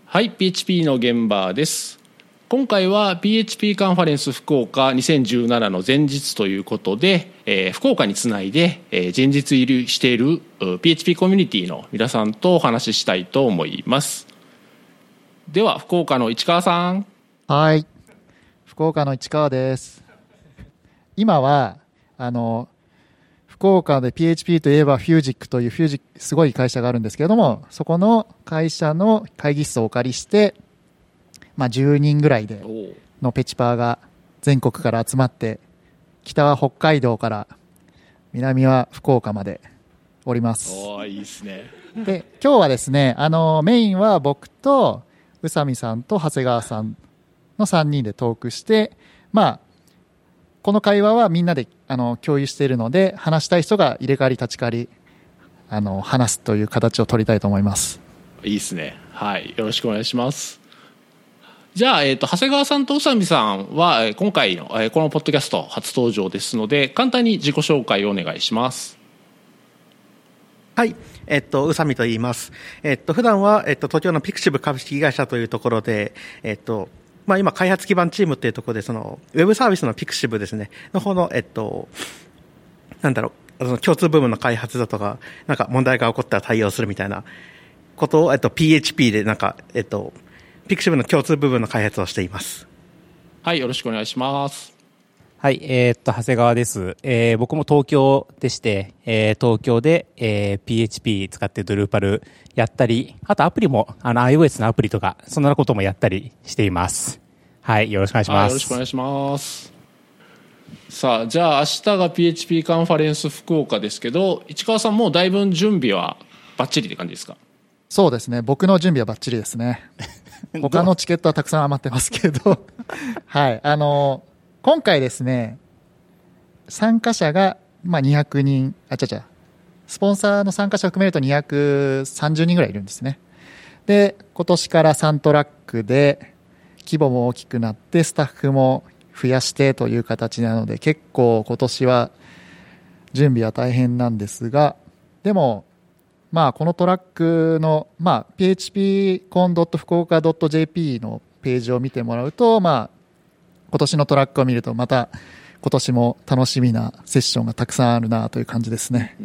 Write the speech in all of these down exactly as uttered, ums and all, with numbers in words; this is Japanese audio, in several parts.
はい、ピーエイチピー の現場です。今回は ピーエイチピー カンファレンス福岡にせんじゅうななの前日ということで、えー、福岡につないで、えー、前日入りしている ピーエイチピー コミュニティの皆さんとお話ししたいと思います。では福岡の市川さん。 はい、福岡の市川です。今はあの福岡で ピーエイチピー といえばフュージックというフュージックすごい会社があるんですけれども、そこの会社の会議室をお借りして、まあ、じゅうにんぐらいでのペチパーが全国から集まって、北は北海道から南は福岡までおります。 おー、いいですね。 で今日はですね、あのメインは僕と宇佐美さんと長谷川さんのさんにんでトークして、まあこの会話はみんなであの共有しているので、話したい人が入れ替わり立ち替わりあの話すという形を取りたいと思います。 いいですね。はい、よろしくお願いします。じゃあ、えーと、長谷川さんと宇佐美さんは今回の、えー、このポッドキャスト初登場ですので、簡単に自己紹介をお願いします。 はい、えっと、宇佐美と言います。えっと、普段は、えっと、東京のピクシブ株式会社というところで、えっと、まあ、今、開発基盤チームっていうところで、その、ウェブサービスのピクシブですね、の方の、えっと、なんだろう、その共通部分の開発だとか、なんか問題が起こったら対応するみたいなことを、えっと、ピーエイチピー で、なんか、えっと、ピクシブの共通部分の開発をしています。 はい、よろしくお願いします。 はい、えー、っと、長谷川です。えー、僕も東京でして、えー、東京で、えー、ピーエイチピー 使ってドルーパルやったり、あとアプリも、あの、iOS のアプリとか、そんなこともやったりしています。はい、よろしくお願いします。 はい、よろしくお願いします。さあ、じゃあ明日が ピーエイチピー カンファレンス福岡ですけど、市川さんもうだいぶ準備はバッチリって感じですか？ そうですね、僕の準備はバッチリですね。他のチケットはたくさん余ってますけどはい、あの今回ですね、参加者がまあにひゃくにん、あちゃちゃスポンサーの参加者を含めるとにひゃくさんじゅうにんぐらいいるんですね。で今年からさんトラックで規模も大きくなって、スタッフも増やしてという形なので、結構今年は準備は大変なんですが、でもまあこのトラックの、まあ、ピーエイチピーコンドット福岡ドットジェーピー のページを見てもらうと、まあ今年のトラックを見ると、また今年も楽しみなセッションがたくさんあるなという感じですね。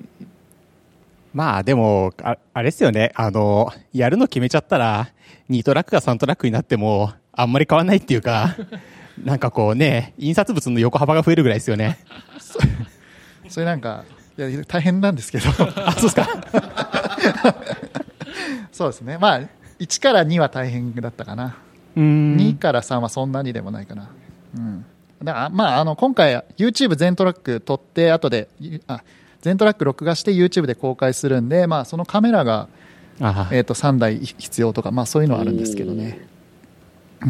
まあでも あ, あれですよね、あのやるの決めちゃったらにトラックがさんトラックになってもあんまり変わらないっていうかなんかこうね、印刷物の横幅が増えるぐらいですよね。 そ, それなんかいや大変なんですけどあ、そうですかそうですね、まあいちからには大変だったかな。 うーんにからさんはそんなにでもないかな。うん、だからまああの今回 YouTube 全トラック撮って後であ全トラック録画して YouTube で公開するんで、まあそのカメラがあ、 えーとさんだい必要とか、まあそういうのはあるんですけどね。うん。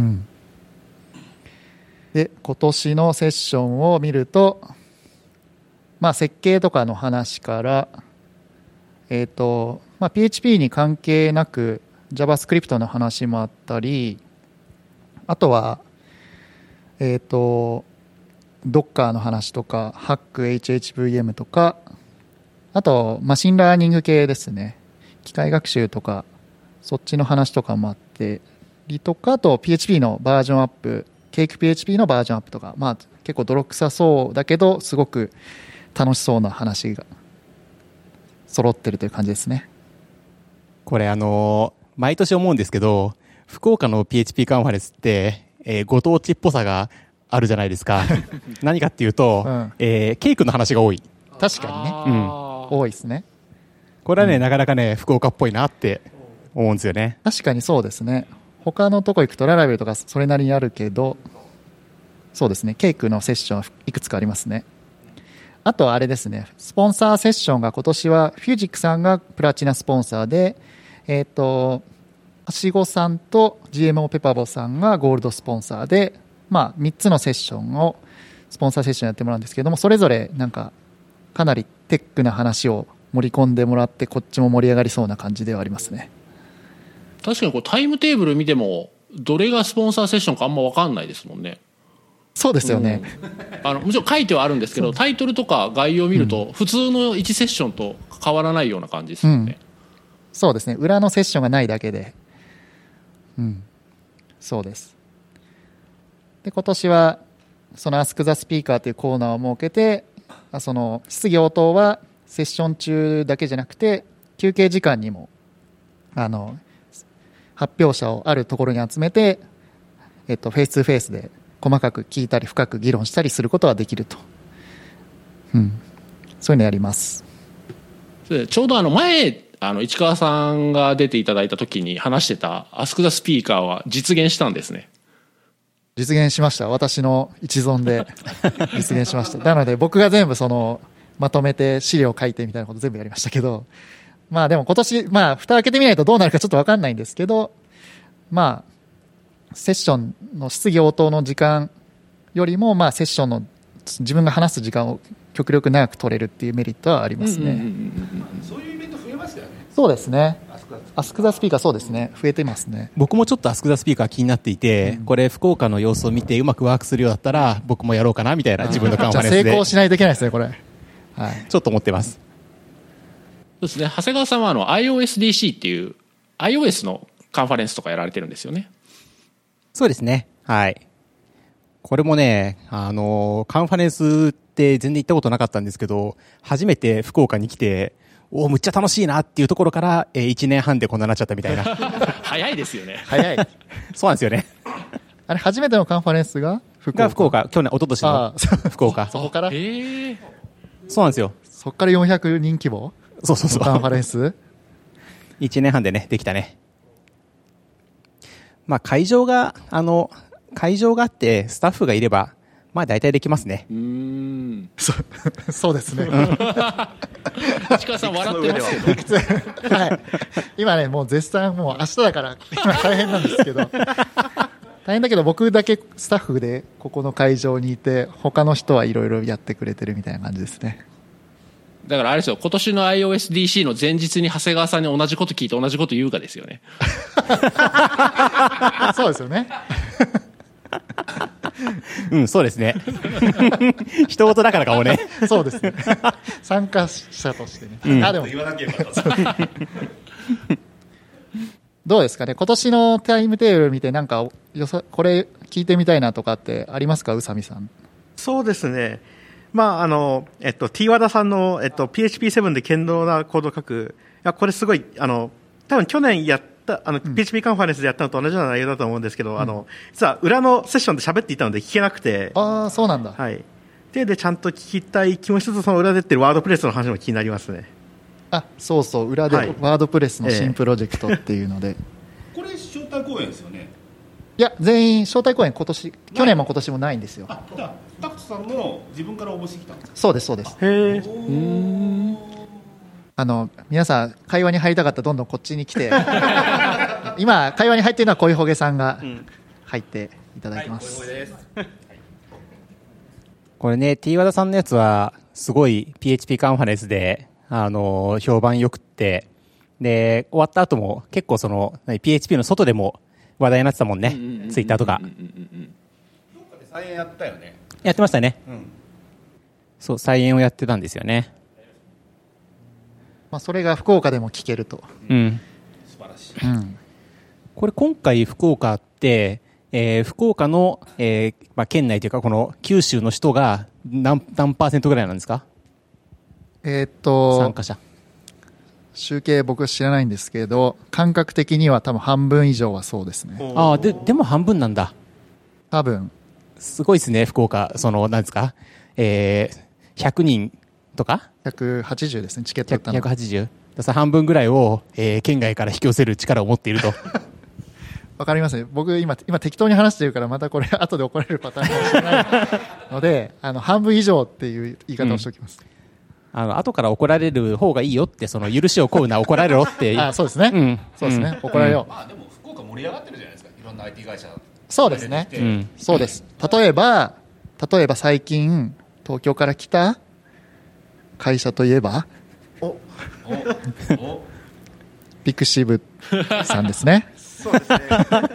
で今年のセッションを見ると、まあ設計とかの話から、えーとまあ、ピーエイチピー に関係なく JavaScript の話もあったり、あとはえーと Docker の話とか ハックエイチエイチブイエム とか、あとマシンラーニング系ですね、機械学習とかそっちの話とかもあってりとか、あと ピーエイチピー のバージョンアップ、ケイク ピーエイチピー のバージョンアップとか、まあ結構泥臭そうだけどすごく楽しそうな話が揃ってるという感じですね。 これあの毎年思うんですけど、福岡の ピーエイチピー カンファレンスって、えー、ご当地っぽさがあるじゃないですか何かっていうと、うんえー、ケイクの話が多い。 確かにね、うん、多いですね。 これはね、うん、なかなかね福岡っぽいなって思うんですよね。 確かにそうですね。他のとこ行くとララベルとかそれなりにあるけど、そうですね、ケイクのセッションいくつかありますね。あとはあれですね、スポンサーセッションが今年はフュージックさんがプラチナスポンサーで、えっとはしごさんと ジーエムオー ペパボさんがゴールドスポンサーで、まあみっつのセッションをスポンサーセッションやってもらうんですけども、それぞれなんかかなりテックな話を盛り込んでもらって、こっちも盛り上がりそうな感じではありますね。 確かにこうタイムテーブル見てもどれがスポンサーセッションかあんま分かんないですもんね。 そうですよね、 うん、あのもちろん書いてはあるんですけど、タイトルとか概要を見ると普通のいちセッションと変わらないような感じですよね、うん、 そうですね、裏のセッションがないだけでうん、そうです。で今年はその Ask the Speaker というコーナーを設けて、その質疑応答はセッション中だけじゃなくて休憩時間にもあの発表者をあるところに集めて、えっと、フェイストゥフェイスで細かく聞いたり深く議論したりすることができると、うん、そういうのやります。 ちょうどあの前あの市川さんが出ていただいた時に話してた Ask the Speaker は実現したんですね。 実現しました。私の一存で実現しました。なので僕が全部そのまとめて資料を書いてみたいなこと全部やりましたけど、まあでも今年まあ蓋開けてみないとどうなるかちょっと分かんないんですけど、まあセッションの質疑応答の時間よりもまあセッションの自分が話す時間を極力長く取れるっていうメリットはありますね。 そういうイベント増えましたよね。 そうですね。アスクザスピーカーそうですね、増えてますね。 僕もちょっとアスクザスピーカー気になっていて、うん、これ福岡の様子を見てうまくワークするようだったら僕もやろうかなみたいな自分のカンファレンスで成功しないといけないですねこれ、はい、 ちょっと思ってます。 そうですね。長谷川さんはあの iOSDC っていう iOS のカンファレンスとかやられてるんですよね。 そうですね、はい。これもね、あのカンファレンスって全然行ったことなかったんですけど、初めて福岡に来ておむっちゃ楽しいなっていうところから、えー、いちねんはんでこんなになっちゃったみたいな早いですよね。 早いそうなんですよね。 あれ初めてのカンファレンスが福岡、 が福岡、去年一昨年の福岡。 そこから、 えー、 そうなんですよ。 そこからよんひゃくにん規模、 そうそうそう、 カンファレンスいちねんはんでねできたね。まあ会場があの会場があってスタッフがいればまあ大体できますね。 うーんそ, そうですね。 市川さん笑ってますけどはい、今ねもう絶賛もう明日だから今大変なんですけど大変だけど僕だけスタッフでここの会場にいて他の人はいろいろやってくれてるみたいな感じですね。 だからあれですよ、今年の iOSDC の前日に長谷川さんに同じこと聞いて同じこと言うかですよね。 そうですよね。 うん、そうですね。人事だからかもね。 そうですね。参加者としてね。うん、あでも言わなきゃよかった。どうですかね。今年のタイムテーブル見てなんかよさこれ聞いてみたいなとかってありますか、宇佐美さん。 そうですね。まああのえっと T 和田さんのえっと ピーエイチピーセブン で堅牢なコードを書く、いやこれすごいあの多分去年やったあの、うん、ピーエイチピー カンファレンスでやったのと同じような内容だと思うんですけど、うん、あの実は裏のセッションで喋っていたので聞けなくて、 ああそうなんだ。 はい。ででちゃんと聞きたい気もしつつ、その裏でってるワードプレスの話も気になりますね。 あそうそう裏でワードプレスの新プロジェクトっていうので、はい、 これ招待公演ですよね。 いや全員招待公演今年去年も今年もないんですよ。 あだタクトさんも自分から応募してきたんですか。 そうですそうです。 へえ。 あの皆さん会話に入りたかったらどんどんこっちに来て今会話に入っているのは小井ほげさんが入っていただきます、 はい、小井ほげです。 これね T 和田さんのやつはすごい ピーエイチピー カンファレンスであの評判よくって、で終わった後も結構その ピーエイチピー の外でも話題になってたもんね、ツイッターとか。 どっかで再演やったよね。 やってましたね、 うん、 そう再演をやってたんですよね。 まあ、それが福岡でも聞けると、 うん、 素晴らしい、 うん、 これ今回福岡って、えー、福岡の、えーまあ、県内というかこの九州の人が 何, 何パーセントぐらいなんですか。 えー、っと参加者集計僕は知らないんですけど感覚的には多分半分以上はそうですね。 ああ で, でも半分なんだ。多分すごいですね福岡。そのなんですか、えー、ひゃくにんとかひゃくはちじゅうですねチケットだったの。 ひゃくはちじゅうだから半分ぐらいを、えー、県外から引き寄せる力を持っているとわかりますね。僕 今, 今適当に話してるからまたこれ後で怒られるパターンかもしれないのであの半分以上っていう言い方をしておきます、 うん、あの後から怒られる方がいいよって、その許しを請うな怒られろってあそうですね、うん、そうですね、うん、怒られよう、 うん、まあでも福岡盛り上がってるじゃないですか、いろんな アイティー 会社。 そうですね、うん、そうです。例えば例えば最近東京から来た会社といえばおおおピクシブさんですね。 そうですね。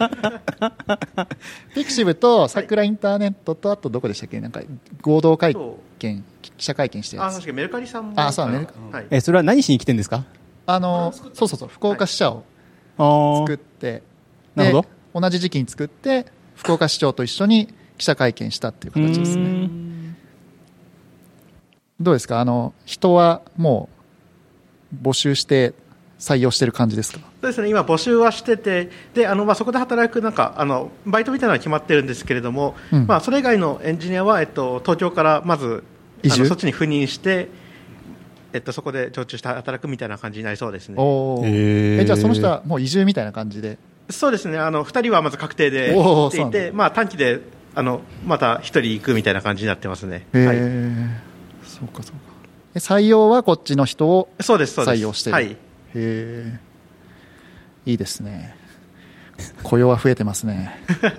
ピクシブと桜インターネットとあとどこでしたっけ、なんか合同会見記者会見してるやつ。 あ確かメルカリさんも。 あそうメルカリ、 うんはい、 えそれは何しに来てるんですか。 あのそうそうそう福岡支社を作って、 なるほど。同じ時期に作って福岡市長と一緒に記者会見したっていう形ですね。どうですか、あの人はもう募集して採用してる感じですか？ そうですね、今募集はしてて、であの、まあ、そこで働くなんかあのバイトみたいなのは決まってるんですけれども、うん、まあ、それ以外のエンジニアは、えっと、東京からまずあのそっちに赴任して、えっと、そこで常駐して働くみたいな感じになりそうですね。 おえじゃあその人はもう移住みたいな感じで？ そうですね、あのふたりはまず確定で行っていて、まあ、短期であのまたひとり行くみたいな感じになってますね。 へ、 はい、 そうかそうか。採用はこっちの人を採用してる。 はい、 へー、いいですね。雇用は増えてますね。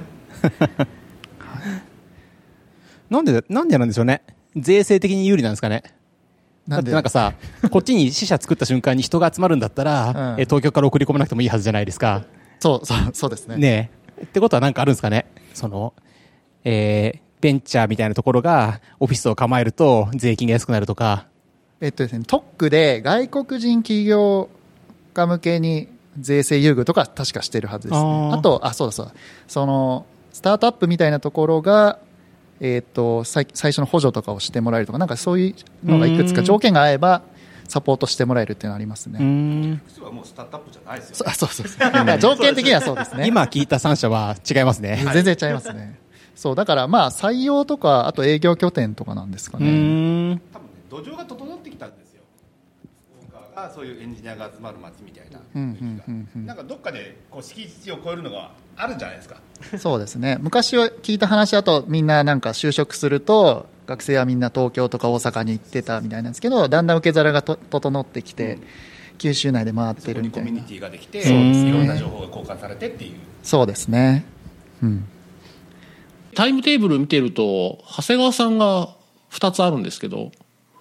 なんでなんでなんでしょうね。税制的に有利なんですかね。だってなんかさ、こっちに支社作った瞬間に人が集まるんだったら、うん、え東京から送り込まなくてもいいはずじゃないですか。 そうそうそうですね。 ねえってことはなんかあるんですかね。その、えー、ベンチャーみたいなところがオフィスを構えると税金が安くなるとか。 えっとですね、特区で外国人企業家向けに税制優遇とか確かしてるはずですね。あ, あとあそうだそうだそのスタートアップみたいなところが、えー、と 最, 最初の補助とかをしてもらえるとか、なんかそういうのがいくつか条件が合えばサポートしてもらえるっていうのがありますね。 うーん、普通はもうスタートアップじゃないですよね。 そうそうそう条件的にはそうですね。 今聞いたさん社は違いますね。 全然違いますね。そうだからまあ採用とかあと営業拠点とかなんですかね。うーん、多分ね、土壌が整ってきたんですよ。福岡がそういうエンジニアが集まる街みたいな、うんうんうんうん、なんかどっかでこう敷地を超えるのがあるんじゃないですか。そうですね、 昔は聞いた話だとみんななんか就職すると学生はみんな東京とか大阪に行ってたみたいなんですけど、だんだん受け皿がと整ってきて、うん、九州内で回ってるみたいな、 そこにコミュニティができて、そうですね、いろんな情報が交換されてっていう。 そうですね、うん、 タイムテーブル見てると長谷川さんがふたつあるんですけど、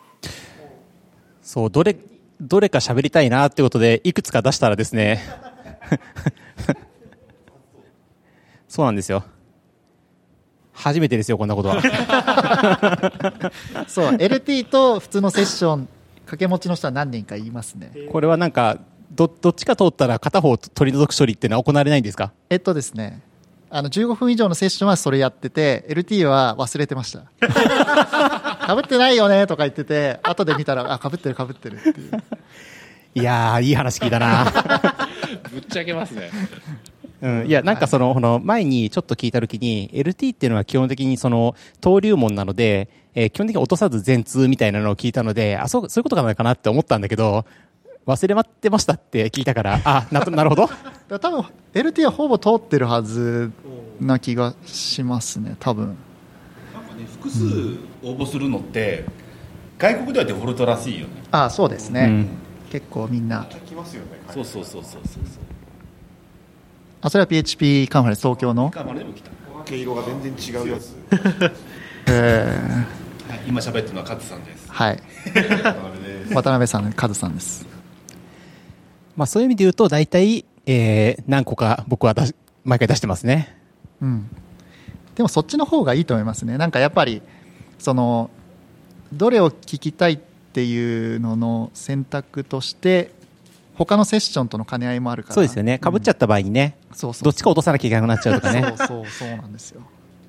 そう、どれどれか喋りたいなってことでいくつか出したらですねそうなんですよ、初めてですよこんなことは。 そう エルティー と普通のセッション掛け持ちの人は何人か言いますね。 これはなんか ど, どっちか通ったら片方取り除く処理っていうのは行われないんですか？ えっとですねあのじゅうごふん以上のセッションはそれやってて エルティー は忘れてました。かぶってないよねとか言ってて、後で見たらあかぶってるかぶってるっていう。 いやーいい話聞いたな。 ぶっちゃけますね。 うん、いやなんかその、はい、この前にちょっと聞いたときに エルティー っていうのは基本的にその登竜門なので、えー、基本的に落とさず全通みたいなのを聞いたので、あそうそういうことかなって思ったんだけど、忘れまってましたって聞いたから、あ な, なるほど。 多分 エルティー はほぼ通ってるはずな気がしますね多分。 なんかね複数応募するのって、うん、外国ではデフォルトらしいよね。 あそうですね、うん、結構みんな来ますよね。そうそうそうそうそう。 あそれは ピーエイチピー カンファレンス東京のカンファレンスも来た。毛色が全然違うやつ。 えー、今喋ってるのはカズさんです。 はい。渡辺さん、カズさんです。 まあそういう意味で言うと大体、えー、何個か僕は出し毎回出してますね。 うん。でもそっちの方がいいと思いますね。なんかやっぱりそのどれを聞きたいっていうのの選択として他のセッションとの兼ね合いもあるから。 そうですよね。被っちゃった場合にね、うん、そうそうそう、どっちか落とさなきゃいけなくなっちゃうとかね。 そうそうそうなんですよ。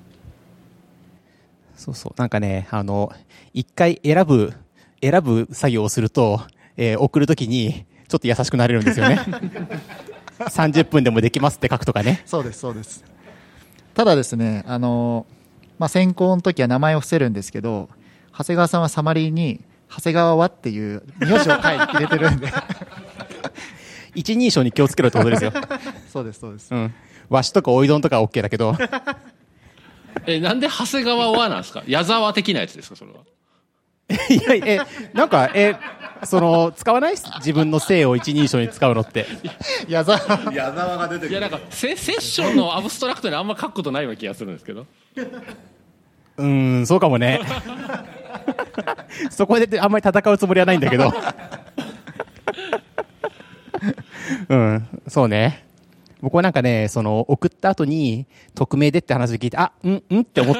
そうそう、なんかね、あの一回選ぶ選ぶ作業をすると、えー、送るときにちょっと優しくなれるんですよね。さんじゅっぷんでもできますって書くとかね。 そうですそうです。ただですね、あのまあ、選考の時は名前を伏せるんですけど、長谷川さんはサマリーに長谷川はっていう名字を書いて入れてるんで。 一人称に気をつけろってことですよ。 そうですそうです、 うん、わしとかおいどんとか OK だけど。 えなんで長谷川はなんですか？矢沢的なやつですかそれは。 いやえなんかえその使わない自分の姓を一人称に使うのって。 矢沢矢沢が出てくる。 いやなんかセセッションのアブストラクトにあんま書くことないような気がするんですけど。 うーんそうかもね。そこであんまり戦うつもりはないんだけど。うんそうね。僕はなんかねその送った後に匿名でって話を聞いて、あうんうんって思って。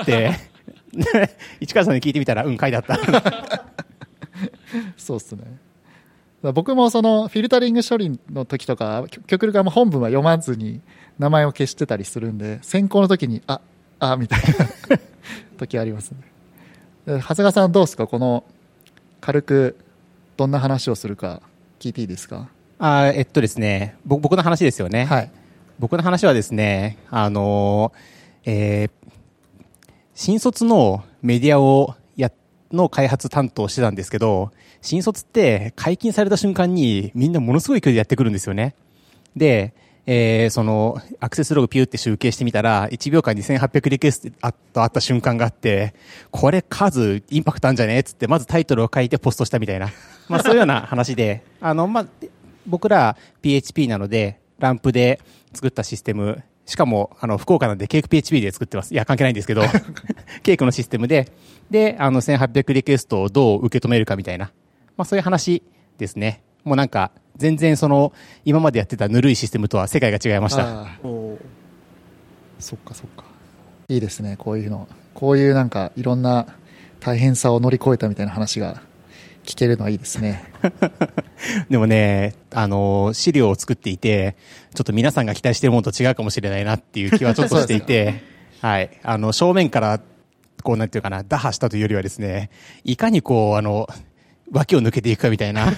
市川さんに聞いてみたらうん書いてあった。 そうっすね。 僕もそのフィルタリング処理の時とか極力本文は読まずに名前を消してたりするんで、選考の時にああみたいな時ありますね。長谷川さんどうですか、この軽くどんな話をするか聞いていいですか。 あえっとですね僕僕の話ですよね。 はい、 僕の話はですね、あのえー、新卒のメディアをやの開発担当してたんですけど、新卒って解禁された瞬間にみんなものすごい勢いでやってくるんですよね。で、えー、そのアクセスログピューって集計してみたらいちびょうかんにせんはっぴゃくリクエストあったあった瞬間があって、これ数インパクトあるんじゃねえっつってまずタイトルを書いてポストしたみたいな、まあそういうような話で、あのまあ僕ら ピーエイチピー なのでランプで作ったシステム、しかもあの福岡なんでケーク ピーエイチピー で作ってます。いや関係ないんですけどケークのシステムでであのせんはっぴゃくリクエストをどう受け止めるかみたいな、まあそういう話ですね。もうなんか全然その今までやってたぬるいシステムとは世界が違いました。 おそっかそっか、いいですね。こういうのこういうなんかいろんな大変さを乗り越えたみたいな話が聞けるのはいいですねでもね、あの資料を作っていてちょっと皆さんが期待しているものと違うかもしれないなっていう気はちょっとしていてはい、あの正面からこうなんていうかな打破したというよりはですね、いかにこうあの脇を抜けていくかみたいな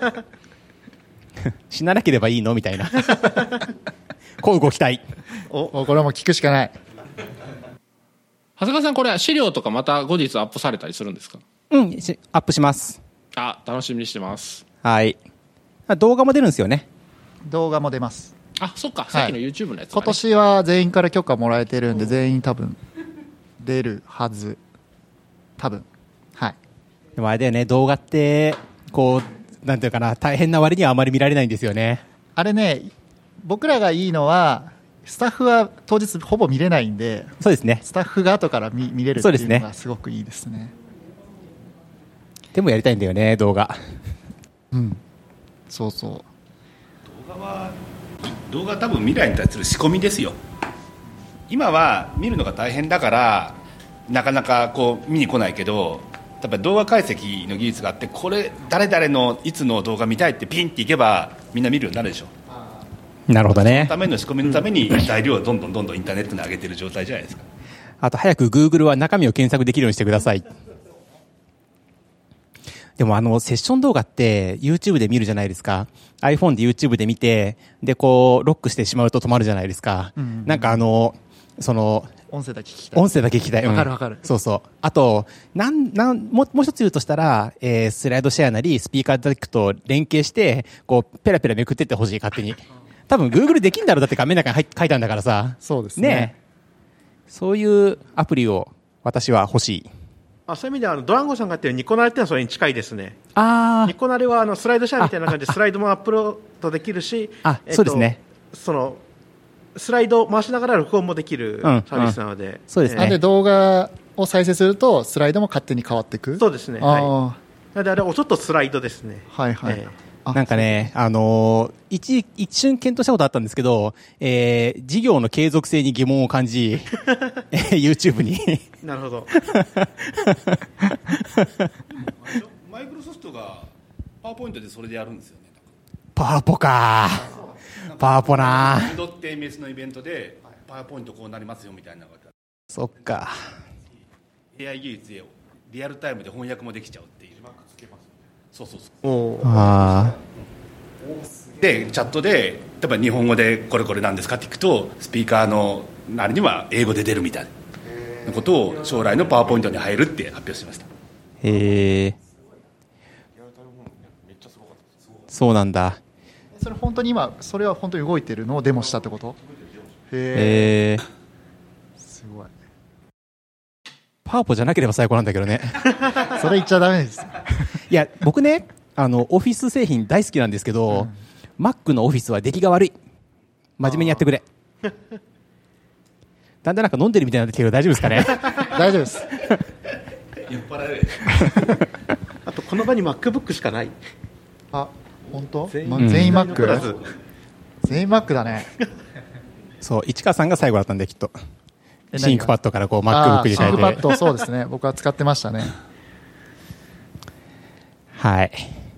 死ななければいいのみたいなこうご期待。 おこれはもう聞くしかない。 長谷川さん、これは資料とかまた後日アップされたりするんですか。 うんアップします。 あ、楽しみにしてます。 はい、動画も出るんですよね。 動画も出ます。 あ、そっか、さっきの YouTube のやつ、ね、 今年は全員から許可もらえてるんで全員多分出るはず、多分。はい。 でもあれだよね、動画ってこうなんていうかな、大変な割にはあまり見られないんですよね。 あれね、僕らがいいのはスタッフは当日ほぼ見れないんで、 そうですね、 スタッフが後から 見, 見れるっていうのがすごくいいですね。 でもやりたいんだよね、動画。 うん、そうそう。 動画は動画は多分未来に対する仕込みですよ。今は見るのが大変だからなかなかこう見に来ないけど、やっぱり動画解析の技術があって、これ誰々のいつの動画見たいってピンっていけばみんな見るようになるでしょ。 なるほどね。 そのための仕込みのために材料をどんどんどんどんインターネットに上げてる状態じゃないですか。 あと早く Google は中身を検索できるようにしてください。でもあのセッション動画って YouTube で見るじゃないですか。 iPhone で YouTube で見て、でこうロックしてしまうと止まるじゃないですか、うんうんうん、なんかあのその音声だけ聞きたい。 音声だけ聞きたい。 わかるわかる、 うん。そうそう。あと、なん、なん、もう、もう一つ言うとしたら、えー、スライドシェアなり、スピーカーデックと連携して、こう、ペラペラめくってってほしい、勝手に。多分、Google できんだろう、だって画面の中に入書いたんだからさ。 そうですね。 ね。そういうアプリを私は欲しい。 あ、そういう意味ではあのドランゴさんがやってるニコナレっていうのはそれに近いですね。 あニコナレはあのスライドシェアみたいな感じでスライドもアップロードできるし、 あ、えっと、そうですね。 そのスライドを回しながら録音もできるサービスなので、うんうん、 そうですね。 なんで動画を再生するとスライドも勝手に変わっていく。 そうですね。はい。なのであれはちょっとスライドですね。 はいはい。 えー、なんかね、あのー、一一瞬検討したことあったんですけど、えー、事業の継続性に疑問を感じ、えー、YouTube に。 なるほど。 マイクロソフトがパワーポイントでそれでやるんですよね。 パワポか。パワポな。 ウドって エムエス のイベントでパワーポイントこうなりますよみたいなのがあった。 そっか。 エーアイ 技術でリアルタイムで翻訳もできちゃうっていう。そうそうそう。 おあでチャットで例えば日本語でこれこれなんですかって聞くとスピーカーのあれには英語で出るみたいなことを将来のパワーポイントに入るって発表しました。 へえ。そうなんだ。 それ本当に今それは本当に動いてるのをデモしたってこと？ へえ。 すごい。 パワポじゃなければ最高なんだけどね。 それ言っちゃダメです。 いや僕ね、あのオフィス製品大好きなんですけど、うん、Mac のオフィスは出来が悪い。真面目にやってくれ。だんだんなんか飲んでるみたいになってきてるけど大丈夫ですかね。 大丈夫です。 酔っ払え。 あとこの場に MacBook しかない。 あ、本当？ 全員、 ま、全員 Mac？ 全員 Mac だね。 そう、市川さんが最後だったんできっと。シンクパッドからこう MacBook に変えて。 シンクパッド、そうですね。僕は使ってましたね。 はい。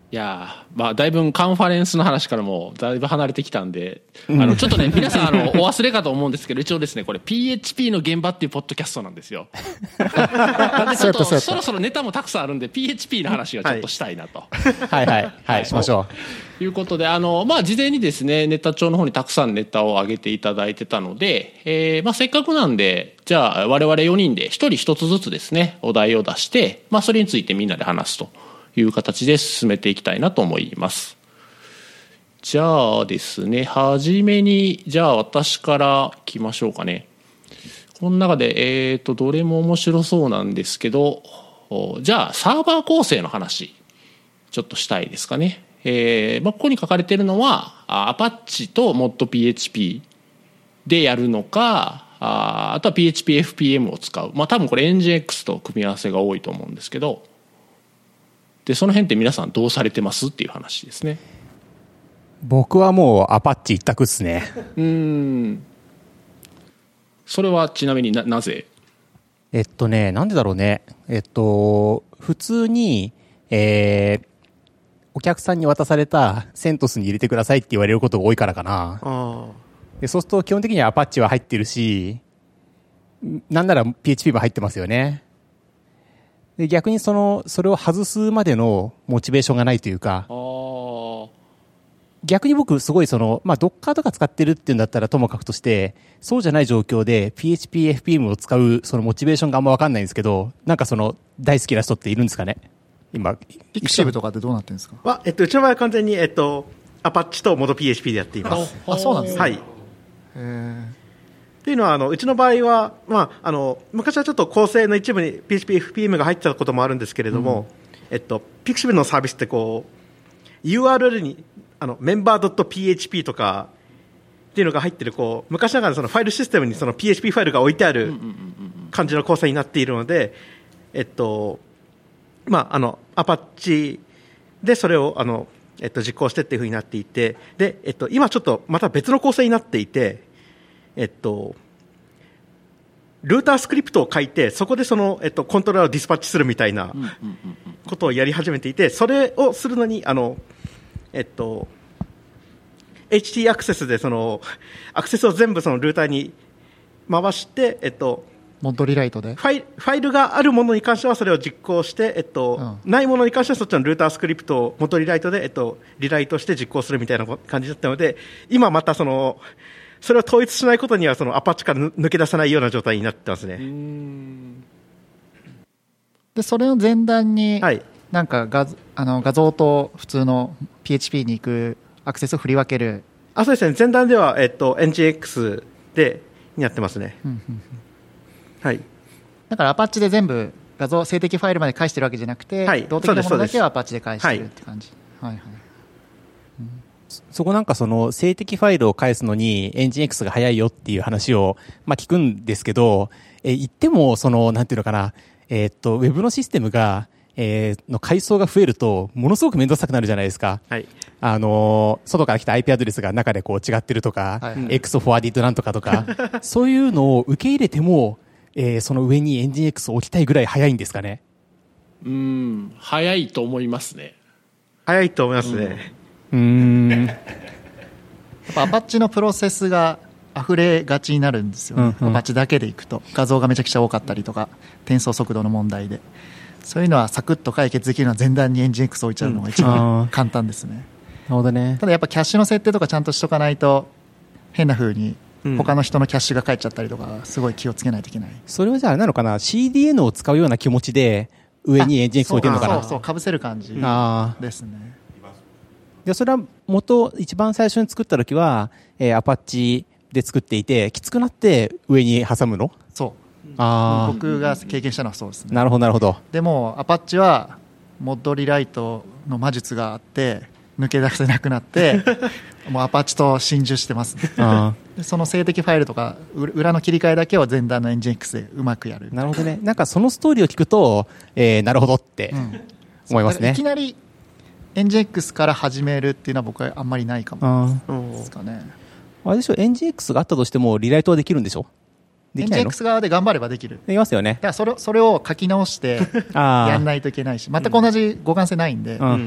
いやー、まあ、だいぶカンファレンスの話からもだいぶ離れてきたんで、あの、ちょっとね、皆さん、あの、お忘れかと思うんですけど、一応ですね、これ ピーエイチピー の現場っていうポッドキャストなんですよ。なんでちょっと、そろそろネタもたくさんあるんで、ピーエイチピー の話がちょっとしたいなと。 はいはい、はい、しましょう。いうことで、あの、まあ、事前にですね、ネタ帳の方にたくさんネタを上げていただいてたので、えー、まあ、せっかくなんで、じゃあ、我々よにんで一人一つずつですね、お題を出して、まあ、それについてみんなで話すという形で進めていきたいなと思います。じゃあですね、はじめに、じゃあ私からいきましょうかね。この中で、えっと、どれも面白そうなんですけど、じゃあサーバー構成の話、ちょっとしたいですかね。えーまあ、ここに書かれているのは、Apache と モッドピーエイチピー でやるのか、あ, あとは ピーエイチピーエフピーエム を使う。まあ多分これ エンジンエックス と組み合わせが多いと思うんですけど、で、その辺って皆さんどうされてますっていう話ですね。 僕はもうアパッチ一択っすね。 うーん。それはちなみに な, なぜえっとね、なんでだろうね。えっと、普通に、えー、お客さんに渡されたセントスに入れてくださいって言われることが多いからかな。 あでそうすると基本的にはアパッチは入ってるし、なんなら ピーエイチピー も入ってますよね。で逆にその、それを外すまでのモチベーションがないというか、 あ逆に僕すごいその、まあ、Docker とか使ってるっていうんだったらともかくとして、そうじゃない状況で ピーエイチピーエフピーエム を使うそのモチベーションがあんま分かんないんですけど、なんかその大好きな人っているんですかね今。 ピクシブとかってどうなってるんですか？ は、えっと、うちの場合は完全に、えっと、アパッチとモード ピーエイチピー でやっています。 あ、そうなんですね。 はい。 へーというのは、あの、うちの場合は、まあ、あの、昔はちょっと構成の一部に ピーエイチピーエフピーエム が入ってたこともあるんですけれども、うん、えっと、ピクシブのサービスってこう、ユーアールエル に、あの、メンバー .php とか、っていうのが入ってる、こう、昔ながらそのファイルシステムにその ピーエイチピー ファイルが置いてある感じの構成になっているので、えっと、まあ、あの、アパッチでそれを、あの、えっと、実行してっていうふうになっていて、で、えっと、今ちょっとまた別の構成になっていて、えっと、ルータースクリプトを書いて、そこでその、えっと、コントローラーをディスパッチするみたいなことをやり始めていて、それをするのに、あの、えっと、エイチティー アクセスでその、アクセスを全部そのルーターに回して、えっと、 モッドリライトでファイル、ファイルがあるものに関してはそれを実行して、えっと、うん、ないものに関してはそっちのルータースクリプトをモッドリライトで、えっと、リライトして実行するみたいな感じだったので、今またその、それを統一しないことにはそのアパッチから抜け出せないような状態になってますね。うーんでそれの前段に、 はい、 なんか画、あの画像と普通の ピーエイチピー に行くアクセスを振り分ける。 あ、そうですね。前段では、えっと、エンジンエックス でやってますね。うんうんうん、はい。 だからアパッチで全部画像静的ファイルまで返してるわけじゃなくて、はい、動的なものだけはアパッチで返してるって感じ。はいはいはい。 そこなんかその静的ファイルを返すのにエンジン X が早いよっていう話をまあ聞くんですけど、え言ってもそのなんていうのかな、えー、っとウェブのシステムが、えー、の階層が増えるとものすごく面倒くさくなるじゃないですか。はい。あの外から来た アイピー アドレスが中でこう違ってるとか、はいはい、X フォワーディッドなんとかとかそういうのを受け入れても、えー、その上にエンジン X を置きたいぐらい早いんですかね。 うーん、早いと思いますね。 早いと思いますね。 うん、うーんやっぱアパッチのプロセスが溢れがちになるんですよね、うんうん、アパッチだけでいくと画像がめちゃくちゃ多かったりとか転送速度の問題でそういうのはサクッと解決できるのは前段にエンジン X 置いちゃうのが一番簡単ですね、うん、なるほどね。 ただやっぱキャッシュの設定とかちゃんとしとかないと変な風に他の人のキャッシュが返っちゃったりとかすごい気をつけないといけない。 それはじゃああれなのかな シーディーエヌ を使うような気持ちで上にエンジン X 置いてるのかな。 そうそうかぶせる感じですね。 でそれは元一番最初に作った時は、えー、アパッチで作っていてきつくなって上に挟むの。 そうあ僕が経験したのはそうですね。 なるほどなるほど。 でもアパッチはモッドリライトの魔術があって抜け出せなくなってもうアパッチと心中してます、ね、あでその静的ファイルとか裏の切り替えだけを前段のエンジン X でうまくやる。 なるほどね。なんかそのストーリーを聞くと、えー、なるほどって思いますね、 うん、いきなりエンジン X から始めるっていうのは僕はあんまりないかもですかね。 あれでしょ、エンジン X があったとしてもリライトはできるんでしょ。 エンジン X 側で頑張ればできる。 できますよね。 だからそれそれを書き直してやんないといけないし全く同じ互換性ないんで、うんうん、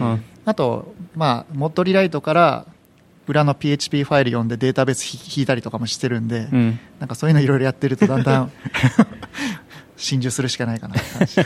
あと、まあ、モッドリライトから裏の ピーエイチピー ファイル読んでデータベース引いたりとかもしてるんで、うん、なんかそういうのいろいろやってるとだんだん心中するしかないかなって感じ。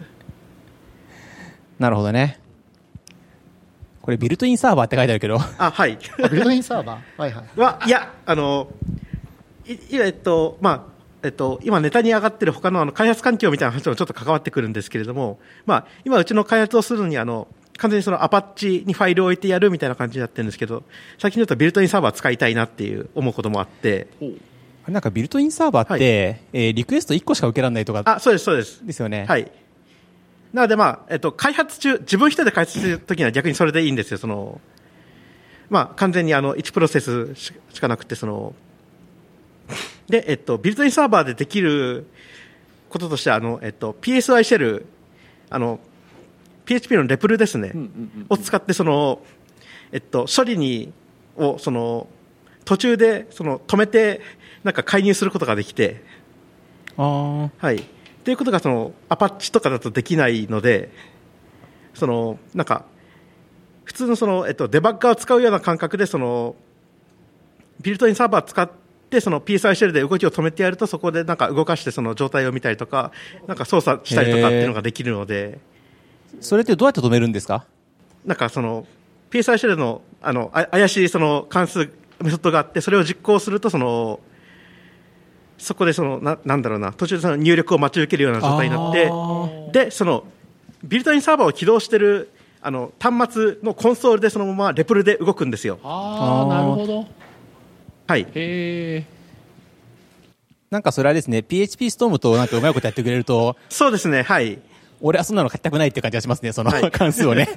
なるほどね。これビルトインサーバーって書いてあるけど、 あ、はい。 ビルトインサーバー、はいはい。 はいや、あのいえっとまあえっと、今ネタに上がってる他のあの開発環境みたいな話もちょっと関わってくるんですけれども、まあ、今うちの開発をするのにあの完全にそのアパッチにファイルを置いてやるみたいな感じになってるんですけど、最近ちょっとビルトインサーバー使いたいなっていう思うこともあって、 なんかビルトインサーバーって、はい、えー、リクエストいっこしか受けられないとか、 あ、そうですそうですですよね。 はい。なのでまあ、えっと、開発中、自分一人で開発するときには逆にそれでいいんですよ。そのまあ、完全にあのいちプロセスしかなくて、そので、えっと、ビルトインサーバーでできることとしてはあの、えっと、ピーエスアイ シェル、あの ピーエイチピー のレプルですね、うんうんうん、を使ってその、えっと、処理にをその途中でその止めてなんか介入することができて、 あ、 はい、っていうことがそのアパッチとかだとできないので、そのなんか普通のその、えっと、デバッガーを使うような感覚でそのビルトインサーバーを使ってその ピーエスアイ シェルで動きを止めてやると、そこでなんか動かしてその状態を見たりとかなんか操作したりとかっていうのができるので、 それってどうやって止めるんですか？ なんかその ピーエスアイ シェルのあのあ怪しいその関数メソッドがあって、それを実行するとそのそこでその な, なんだろうな途中でその入力を待ち受けるような状態になって、でそのビルトインサーバーを起動しているあの端末のコンソールでそのままレプルで動くんですよ。 ああ、なるほど。 はい。 へー。 なんかそれはですね、ピーエイチピー ストームとなんかうまいことやってくれると、 そうですね、はい。 俺はそんなの書きたくないっていう感じがしますね、その、はい、関数をね。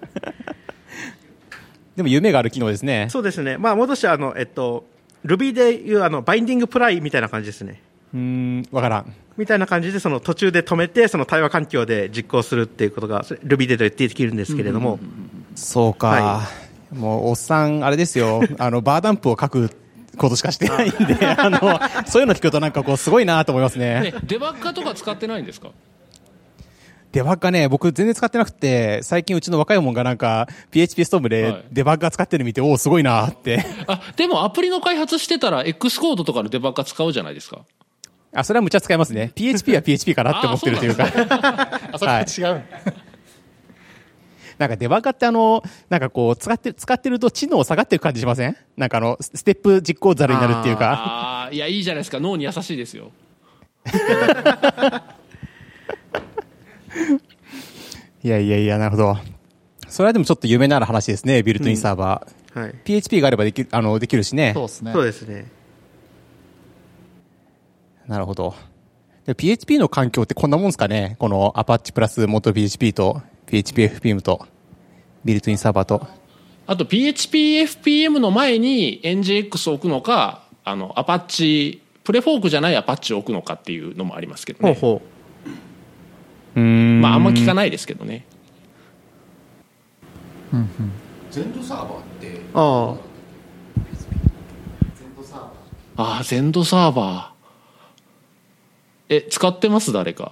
でも夢がある機能ですね。 そうですね。まあ、戻してあの、えっと、Ruby でいうあのバインディングプライみたいな感じですね。 うーん、わからん。 みたいな感じでその途中で止めてその対話環境で実行するっていうことが Ruby でできるんですけれども、 そうか、はい、もうおっさんあれですよ、あのバーダンプを書くことしかしてないんであのそういうの聞くとなんかこうすごいなと思いますね。 ね、デバッガーとか使ってないんですか？ デバッガーね、僕全然使ってなくて、最近うちの若いもんがなんか ピーエイチピー ストームでデバッガー使ってるの見て、はい、おおすごいなって。 あ、でもアプリの開発してたら X コードとかのデバッガー使うじゃないですか。 あ、それはむちゃ使いますね。ピーエイチピー は ピーエイチピー かなって思ってるというか。 あ、それは違う。はい、 なんかデバッガーってあの、なんかこう、使って、使ってると知能下がってる感じしません？なんかあの、ステップ実行ざるになるっていうか。 ああ、いや、いいじゃないですか。脳に優しいですよ。 いやいやいや、なるほど。それはでもちょっと夢のある話ですね、ビルトインサーバー。うん、はい、ピーエイチピー があればできる、あの、できるしね。 そうですね。 そうですね。 なるほど。で ピーエイチピー の環境ってこんなもんですかね、この Apache プラス元 ピーエイチピー と ピーエイチピーエフピーエム とビルトインサーバーと、 あと ピーエイチピーエフピーエム の前に エヌジェイーエックス を置くのか、あの Apache プレフォークじゃない Apache を置くのかっていうのもありますけどね。 ほうほう。うーん、 まああんま聞かないですけどね。 うんうん、 ゼンドサーバーって、 ああ、 ああ、ゼンドサーバー。え、使ってます誰か？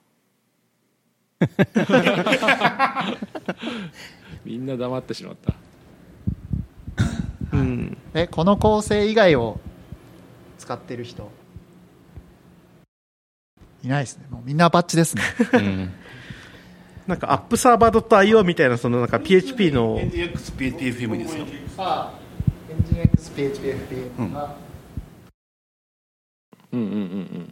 みんな黙ってしまった。 うん、え、この構成以外を使ってる人いないですね。もうみんなアパッチですね。 うん、 なんかアップサーバー .io みたいなそのなんか ピーエイチピー のエヌジーエックスピーエイチピーエフピーエム ですよ。 ああ、エヌジーエックスピーエイチピーエフピーエム が、 うんうんうんうん。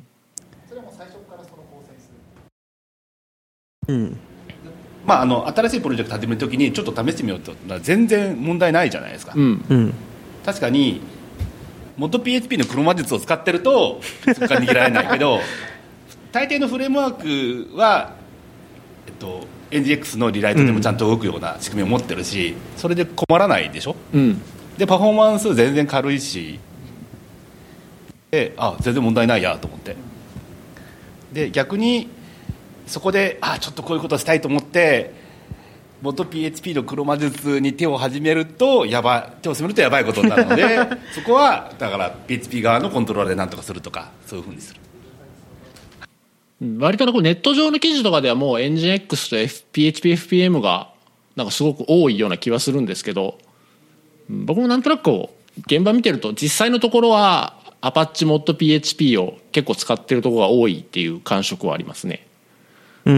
それも最初からその構成する。うん。 まああの新しいプロジェクト始めるときにちょっと試してみようと全然問題ないじゃないですか。 うんうん。 確かに元 ピーエイチピー の黒魔術を使ってるとそこから逃げられないけど、大抵のフレームワークはえっと エヌジーエックス のリライトでもちゃんと動くような仕組みを持ってるし、それで困らないでしょ。 うん。 でパフォーマンス全然軽いし。であ全然問題ないやと思って、で逆にそこであちょっとこういうことしたいと思って元 ピーエイチピー の黒魔術に手を始めるとやば手を進めるとやばいことになるのでそこはだから ピーエイチピー 側のコントローラーで何とかするとかそういうふうにする。 割とこうネット上の記事とかではもう エヌジーエックス と ピーエイチピーエフピーエム がなんかすごく多いような気はするんですけど、僕もなんとなくこう現場見てると実際のところはアパッチモッド ピーエイチピー を結構使ってるところが多いっていう感触はありますね。 うん、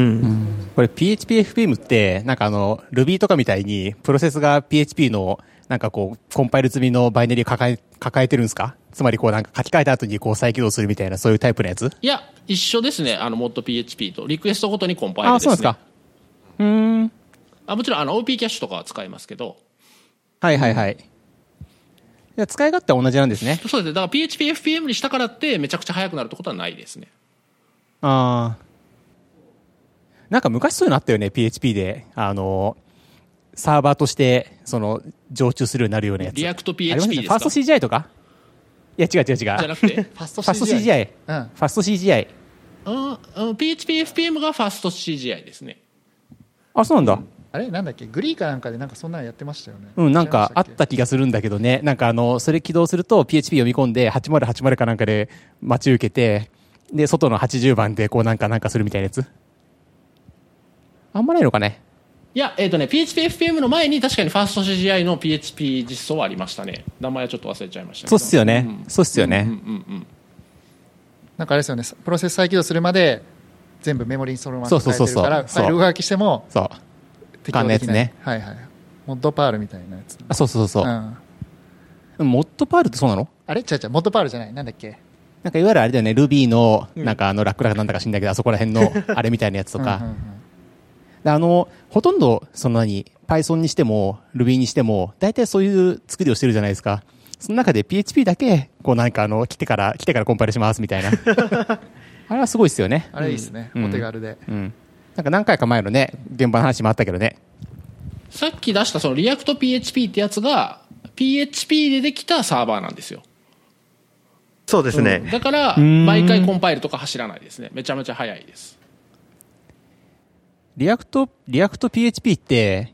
これ ピーエイチピーエフピーエム ってなんかあの Ruby とかみたいにプロセスが ピーエイチピー のなんかこうコンパイル済みのバイナリーを抱え抱えてるんですか？つまりこうなんか書き換えた後にこう再起動するみたいなそういうタイプのやつ？ いや一緒ですね。あのモッド ピーエイチピー とリクエストごとにコンパイルですね。 あ、そうなんですか。うーん。 あ、もちろんあの オーピー キャッシュとかは使えますけど。 はいはいはい。いや使い勝手は同じなんですね。 そうですね。だから ピーエイチピーエフピーエム にしたからってめちゃくちゃ速くなるってことはないですね。 ああ。なんか昔そういうのあったよね、ピーエイチピー で。あの、サーバーとして、その、常駐するようになるようなやつ。 リアクト ピーエイチピー ですか？ ファースト シージーアイ とか？いや違う違う違う。じゃなくて、 ファストファスト シージーアイ。 うん。 ファスト シージーアイ。 うんうん、ピーエイチピーエフピーエム がファスト シージーアイ ですね。 あ、そうなんだ。 あれなんだっけ、グリーかなんかでなんかそんなのやってましたよね。 うん、なんかあっ違いまた気がするんだけどね。なんかあの、それ起動すると ピーエイチピー 読み込んではちまるはちまるかなんかで待ち受けて、で、外のはちじゅうばんでこうなんかなんかするみたいなやつ。あんまないのかね。 いや、えっ、ー、とね、ピーエイチピーエフピーエム の前に確かにファースト シージーアイ の ピーエイチピー 実装はありましたね。名前はちょっと忘れちゃいましたけど。 そうっすよね。 うん、 そうっすよね。 うんうんうん。 なんかあれですよね、プロセス再起動するまで全部メモリにそのままそう書いてるから、ファイル上書きしてもそう。 適用できない。 ね。 はいはい。モッドパールみたいなやつ。 あ、そうそうそうそう。 うん、 モッドパールってそうなの？あれ違う違う、モッドパールじゃない。なんだっけ。 なんかいわゆるあれだよね、Ruby の、なんかあのラックラなんだか知んないけど、あそこら辺のあれみたいなやつとか。うんうんうん、であの、ほとんど、その何、Python にしても、Ruby にしても、大体そういう作りをしてるじゃないですか。その中で ピーエイチピー だけ、こうなんかあの、来てから、来てからコンパイルしますみたいな。あれはすごいですよね。 あれいいですね、うん、お手軽で。 うん。なんか何回か前のね、現場の話もあったけどね。 さっき出したその React ピーエイチピー ってやつが、ピーエイチピー でできたサーバーなんですよ。 そうですね。 うん、だから、毎回コンパイルとか走らないですね。めちゃめちゃ早いです。 リアクト、リアクト ピーエイチピー って、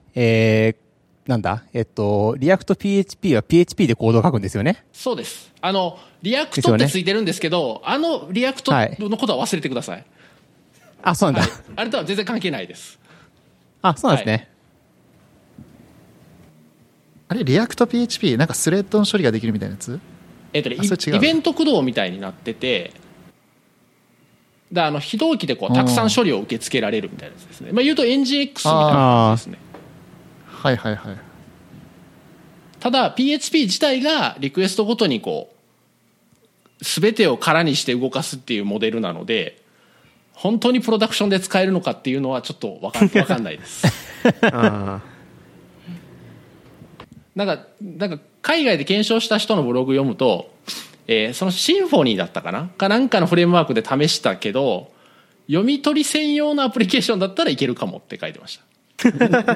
えー、なんだえっと、リアクト ピーエイチピー は ピーエイチピー でコードを書くんですよね。 そうです。あの、リアクトってついてるんですけど、ね、あのリアクトのことは忘れてください。はい、 あ、そうなんだ、 はい。あれとは全然関係ないです。 あ、そうなんですね。はい、 あれ、リアクト ピーエイチピー、なんかスレッドの処理ができるみたいなやつ？ えっとね、イベント駆動みたいになってて、だあの非同期でこうたくさん処理を受け付けられるみたいなやつですね。まあ、言うと エヌジーエックス みたいな感じですね。 はいはいはい。 ただ ピーエイチピー 自体がリクエストごとにこう全てを空にして動かすっていうモデルなので、本当にプロダクションで使えるのかっていうのはちょっと分かん、分かんないです。あなんかなんか海外で検証した人のブログ読むと、えー、そのシンフォニーだったかなかなんかのフレームワークで試したけど、読み取り専用のアプリケーションだったらいけるかもって書いてました。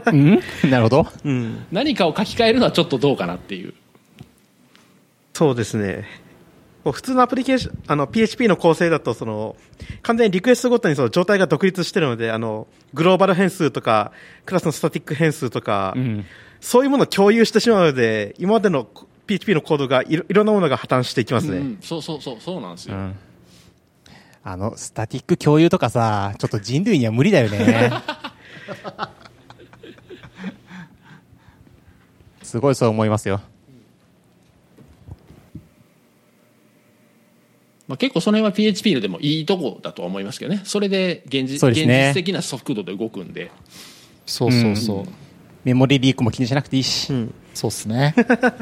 うん、なるほど、 うん、何かを書き換えるのはちょっとどうかなっていう。 そうですね。普通のアプリケーション、あの ピーエイチピー の構成だとその完全にリクエストごとにその状態が独立しているので、あのグローバル変数とかクラスのスタティック変数とか、うん、そういうものを共有してしまうので、今までの ピーエイチピー のコードがい ろ, いろんなものが破綻していきますね。うん、 そうそうそうそうなんですよ。うん、 あのスタティック共有とかさ、ちょっと人類には無理だよね。すごいそう思いますよ。 まあ、結構その辺は ピーエイチピー でもいいとこだとは思いますけどね。それで現実、 そうですね、 現実的な速度で動くんで。 そうそうそう、うん、 メモリリークも気にしなくていいし、 うん、そうですね。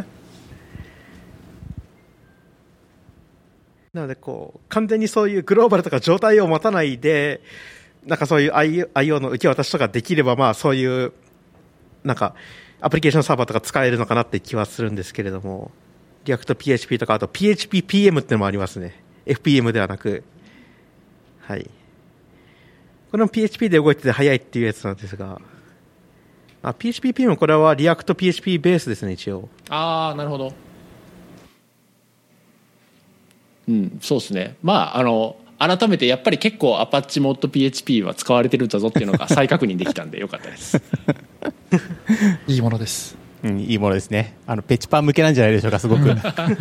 なのでこう完全にそういうグローバルとか状態を持たないで、なんかそういう アイオー の受け渡しとかできれば、まあそういうなんかアプリケーションサーバーとか使えるのかなって気はするんですけれども、リアクト ピーエイチピー とかあと ピーエイチピーピーエム ってのもありますね。エフピーエム ではなく、はい。これも ピーエイチピー で動いてて早いっていうやつなんですが、あ ピーエイチピーピーエム これはリアクト ピーエイチピー ベースですね、一応。 ああ、なるほど。うん、そうですね。まああの改めてやっぱり結構アパッチモッド ピーエイチピー は使われてるんだぞっていうのが再確認できたんでよかったです。 いいものです。 うん、いいものですね。あのペチパン向けなんじゃないでしょうか、すごく。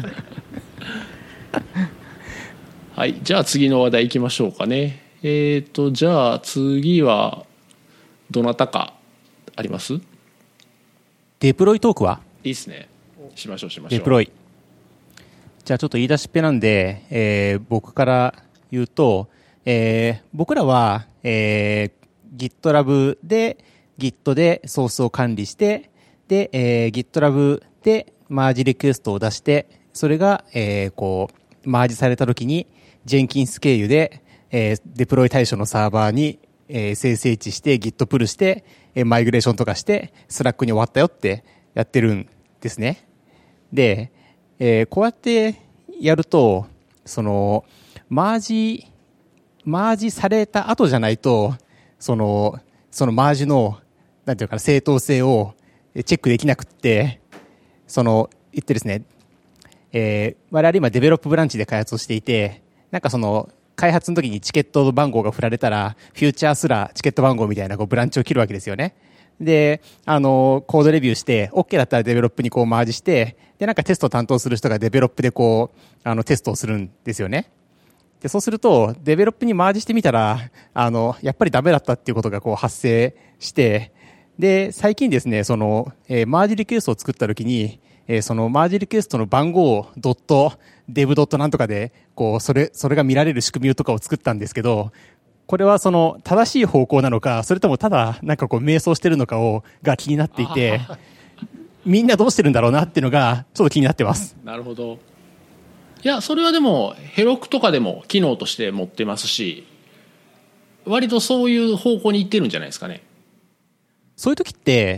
はい、じゃあ次の話題いきましょうかね。えーとじゃあ次はどなたかあります？ デプロイトークはいいですね。しましょうしましょう。 デプロイ。じゃあちょっと言い出しっぺなんで、えー、僕から言うと、えー、僕らは、えー、GitLab で Git でソースを管理して、で、えー、GitLab でマージリクエストを出して、それが、えー、こう、マージされたときに、Jenkins 経由で、えー、デプロイ対象のサーバーに、えー、生成値して Git プルして、えー、マイグレーションとかして、Slack に終わったよってやってるんですね。で、えー、こうやってやると、その、マージ、マージされた後じゃないと、その、そのマージの、なんていうかな、正当性をチェックできなくって、その、言ってですね、えー、我々今デベロップブランチで開発をしていて、なんかその、開発の時にチケット番号が振られたら、フューチャーすらチケット番号みたいなこうブランチを切るわけですよね。で、あの、コードレビューして、OK だったらデベロップにこうマージして、で、なんかテストを担当する人がデベロップでこう、あの、テストをするんですよね。で、そうすると、デベロップにマージしてみたら、あの、やっぱりダメだったっていうことがこう発生して、で、最近ですね、その、えー、マージリクエストを作った時に、えー、そのマージリクエストの番号をドット、デブドットなんとかで、こう、それ、それが見られる仕組みとかを作ったんですけど、これはその、正しい方向なのか、それともただ、なんかこう、迷走してるのかを、が気になっていて、みんなどうしてるんだろうなっていうのが、ちょっと気になってます。 なるほど。いや、それはでも、ヘロクとかでも機能として持ってますし、割とそういう方向に行ってるんじゃないですかね。 そういう時って、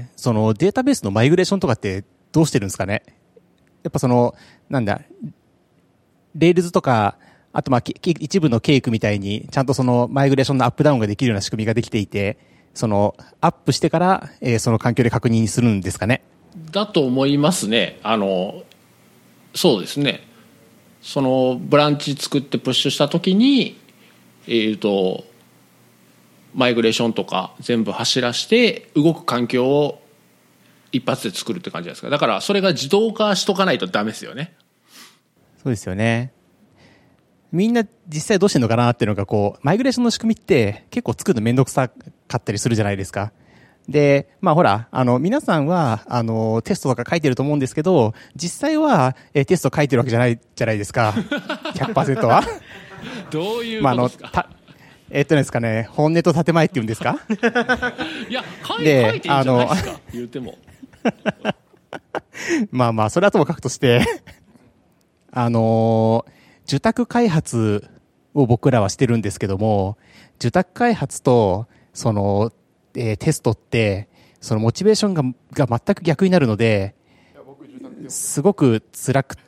そのデータベースのマイグレーションとかってどうしてるんですかね。やっぱその、なんだ、レールズとか、あとまあ一部のケイクみたいに、ちゃんとそのマイグレーションのアップダウンができるような仕組みができていて、そのアップしてから、えー、その環境で確認するんですかね。 だと思いますね。あの、そうですね。そのブランチ作ってプッシュした時に、えーと、マイグレーションとか全部走らして動く環境を一発で作るって感じですか。だからそれが自動化しとかないとダメですよね。 そうですよね。みんな実際どうしてるのかなっていうのがこう、マイグレーションの仕組みって結構作るのめんどくさかったりするじゃないですか。で、まあほら、あの、皆さんは、あの、テストとか書いてると思うんですけど、実際は、えテスト書いてるわけじゃないじゃないですか。ひゃくパーセント は。 どういうことですか。 まあ、あの、たえっとですかね、本音と建前って言うんですか。 いや、書いていいんじゃないですか、言うても。 まあまあ、それはともかくとして、あの、受託開発を僕らはしてるんですけども、受託開発と、その、えー、テストって、そのモチベーションが、が全く逆になるので、すごく辛くって、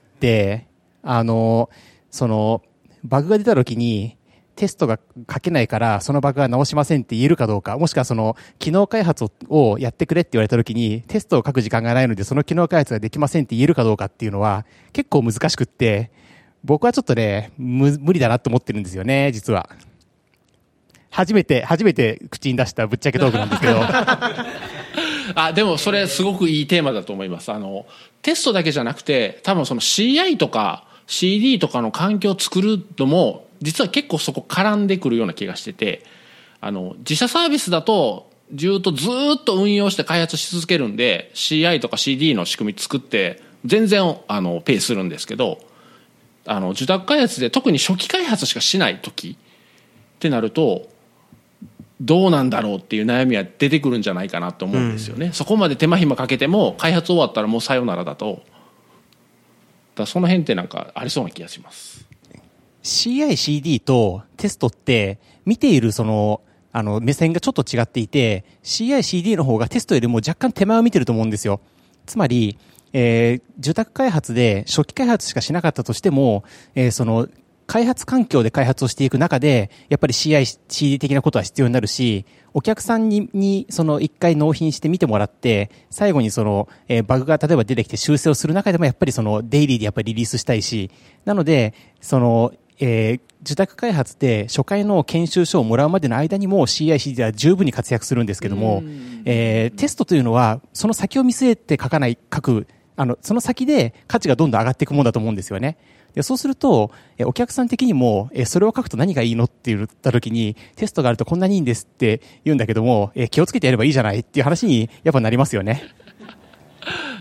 あの、その、バグが出た時に、テストが書けないから、そのバグは直しませんって言えるかどうか、もしくはその、機能開発をやってくれって言われた時に、テストを書く時間がないので、その機能開発ができませんって言えるかどうかっていうのは、結構難しくって、僕はちょっとね、無、無理だなと思ってるんですよね、実は。初めて、初めて口に出したぶっちゃけトークなんですけど。 あ、でもそれすごくいいテーマだと思います。あの、テストだけじゃなくて、多分その シーアイ とか シーディー とかの環境を作るのも、実は結構そこ絡んでくるような気がしてて、あの、自社サービスだと、ずっとずっと運用して開発し続けるんで、シーアイ とか シーディー の仕組み作って、全然、あの、ペイするんですけど、あの、受託開発で特に初期開発しかしない時ってなると、どうなんだろうっていう悩みは出てくるんじゃないかなと思うんですよね、うん、そこまで手間暇かけても開発終わったらもうさよならだと、だからその辺ってなんかありそうな気がします。 シーアイ、シーディー とテストって見ているそのあの目線がちょっと違っていて、 シーアイ、シーディー の方がテストよりも若干手前を見てると思うんですよ。つまり、えー、受託開発で初期開発しかしなかったとしても、えー、その開発環境で開発をしていく中で、やっぱり シーアイ、シーディー 的なことは必要になるし、お客さんに、に、その一回納品して見てもらって、最後にその、えー、バグが例えば出てきて修正をする中でもやっぱりその、デイリーでやっぱりリリースしたいし、なので、その、えー、受託開発で初回の研修書をもらうまでの間にも シーアイ、シーディー は十分に活躍するんですけども、えー、テストというのは、その先を見据えて書かない、書く、あの、その先で価値がどんどん上がっていくものだと思うんですよね。でそうすると、えお客さん的にも、えそれを書くと何がいいのって言った時に、テストがあるとこんなにいいんですって言うんだけども、え気をつけてやればいいじゃないっていう話にやっぱなりますよね。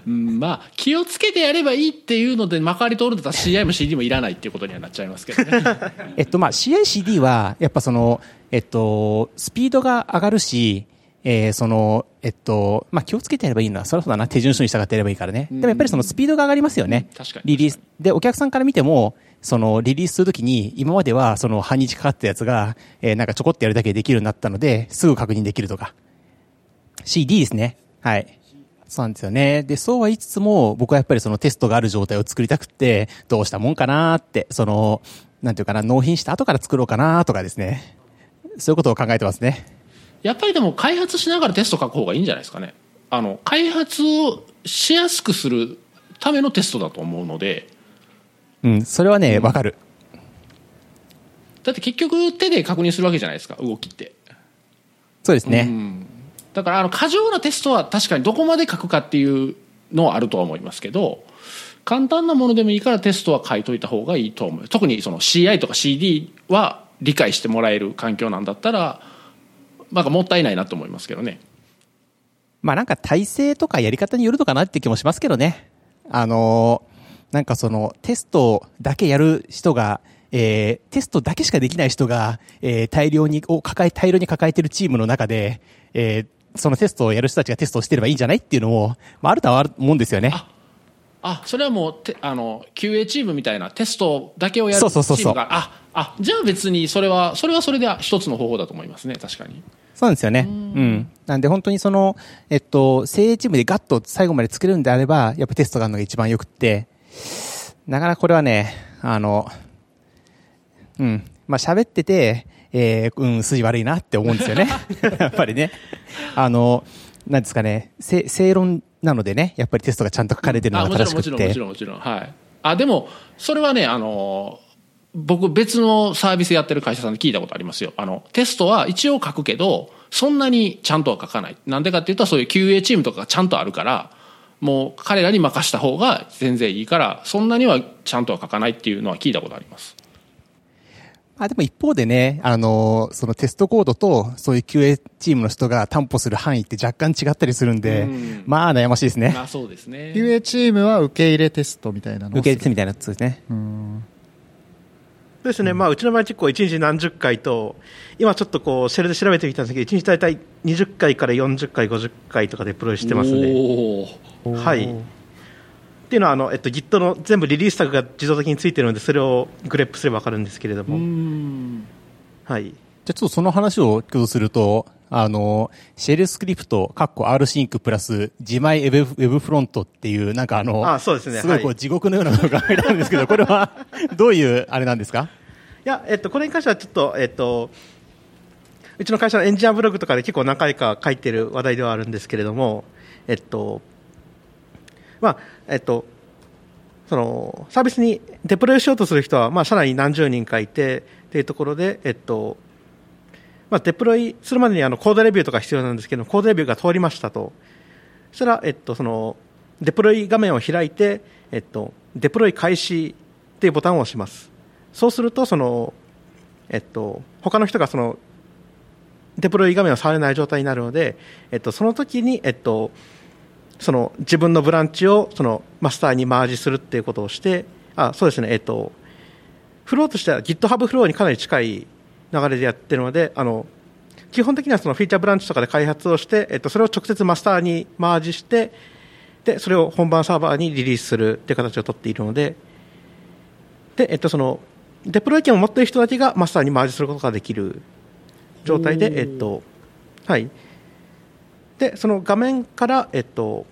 うん、まあ気をつけてやればいいっていうのでまかり通るんだったら シーアイ も シーディー もいらないっていうことにはなっちゃいますけどねえっとまあ シーアイシーディー はやっぱそのえっとスピードが上がるし、えー、そのえっとまあ気をつけてやればいいのはそれはそうだな、手順書に従ってやればいいからね。でもやっぱりそのスピードが上がりますよね。 確かにリリースでお客さんから見てもそのリリースするときに今まではその半日かかったやつが、えー、なんかちょこってやるだけでできるようになったのですぐ確認できるとか シーディー ですね。はい、そうなんですよね。でそうは言いつつも僕はやっぱりそのテストがある状態を作りたくってどうしたもんかなってそのなんていうかな納品した後から作ろうかなとかですね、そういうことを考えてますね。 やっぱりでも開発しながらテスト書く方がいいんじゃないですかね。あの開発をしやすくするためのテストだと思うので。 うん、それはね、わかる。 だって結局手で確認するわけじゃないですか、動きって。 そうですね。 うん、だからあの過剰なテストは確かにどこまで書くかっていうのはあるとは思いますけど、簡単なものでもいいからテストは書いといた方がいいと思う。特にその シーアイ とか シーディー は理解してもらえる環境なんだったらなんかもったいないなと思いますけどね。 まあなんか体制とかやり方によるのかなって気もしますけどね。あのーなんかそのテストだけやる人が、えー、テストだけしかできない人が、えー、大量にを抱え大量に抱えているチームの中で、えー、そのテストをやる人たちがテストをしてればいいんじゃないっていうのも、まあ、あるとは思うんですよね。 ああ、それはもうてあの キューエー チームみたいなテストだけをやるチームが、 そうそうそうそう、 ああ、じゃあ別にそれはそれはそれで一つの方法だと思いますね。確かにそうなんですよね。うん、うん、なんで本当にそのえっと精鋭チームでガッと最後まで作れるんであればやっぱテストがあるのが一番よくって、なかなかこれはね、あの、うん、まあ喋ってて、えー、うん、筋悪いなって思うんですよね。やっぱりね。あの、なんですかね、正正論なのでね、やっぱりテストがちゃんと書かれてるのが正しくて。 もちろんもちろんもちろんもちろん、はい。あ、でも、それはね、あの、僕別のサービスやってる会社さんで聞いたことありますよ。あの、テストは一応書くけど、そんなにちゃんとは書かない。なんでかっていうと、そういう キューエー チームとかがちゃんとあるから、もう彼らに任した方が全然いいからそんなにはちゃんとは書かないっていうのは聞いたことあります。 あでも一方でね、あのそのテストコードとそういう キューエー チームの人が担保する範囲って若干違ったりするんで、うん、まあ悩ましいですね。 まあそうですね。 キューエー チームは受け入れテストみたいなの受け入れテストみたいなやつですね。 うん、 そうですね、まあ、うちの場合結構いちにち何十回と今ちょっとこうシェルで調べてみたんですけどいちにち大体にじゅっかいからよんじゅっかいごじゅっかいとかデプロイしてますね。はい、っていうのはあの、えっと、Git の全部リリースタグが自動的についているのでそれをグレップすれば分かるんですけれども、はい、 じゃあちょっとその話を今日するとあのシェルスクリプトカッコ R シンクプラス自前ウェブ、ウェブフロントっていうなんかあのあそうですね、 すごいこう地獄のようなのが書いてあるんですけどこれはどういうあれなんですか？ いや、えっと、これに関してはちょっと、えっと、うちの会社のエンジニアブログとかで結構何回か書いてる話題ではあるんですけれども、えっとまあえっと、そのサービスにデプロイしようとする人は、まあ、社内に何十人かいてというところで、えっとまあ、デプロイするまでにあのコードレビューとか必要なんですけどコードレビューが通りましたとそしたら、えっと、そのデプロイ画面を開いて、えっと、デプロイ開始というボタンを押します。そうするとその、えっと、他の人がそのデプロイ画面を触れない状態になるので、えっと、その時に、えっとその自分のブランチをそのマスターにマージするっていうことをしてあそうですね、えっと、フローとしては GitHub フローにかなり近い流れでやってるのであの基本的にはそのフィーチャーブランチとかで開発をして、えっと、それを直接マスターにマージしてでそれを本番サーバーにリリースするっていう形を取っているのでで、えっと、そのデプロイ権を持っている人だけがマスターにマージすることができる状態で、えっとはい、でその画面から、えっと、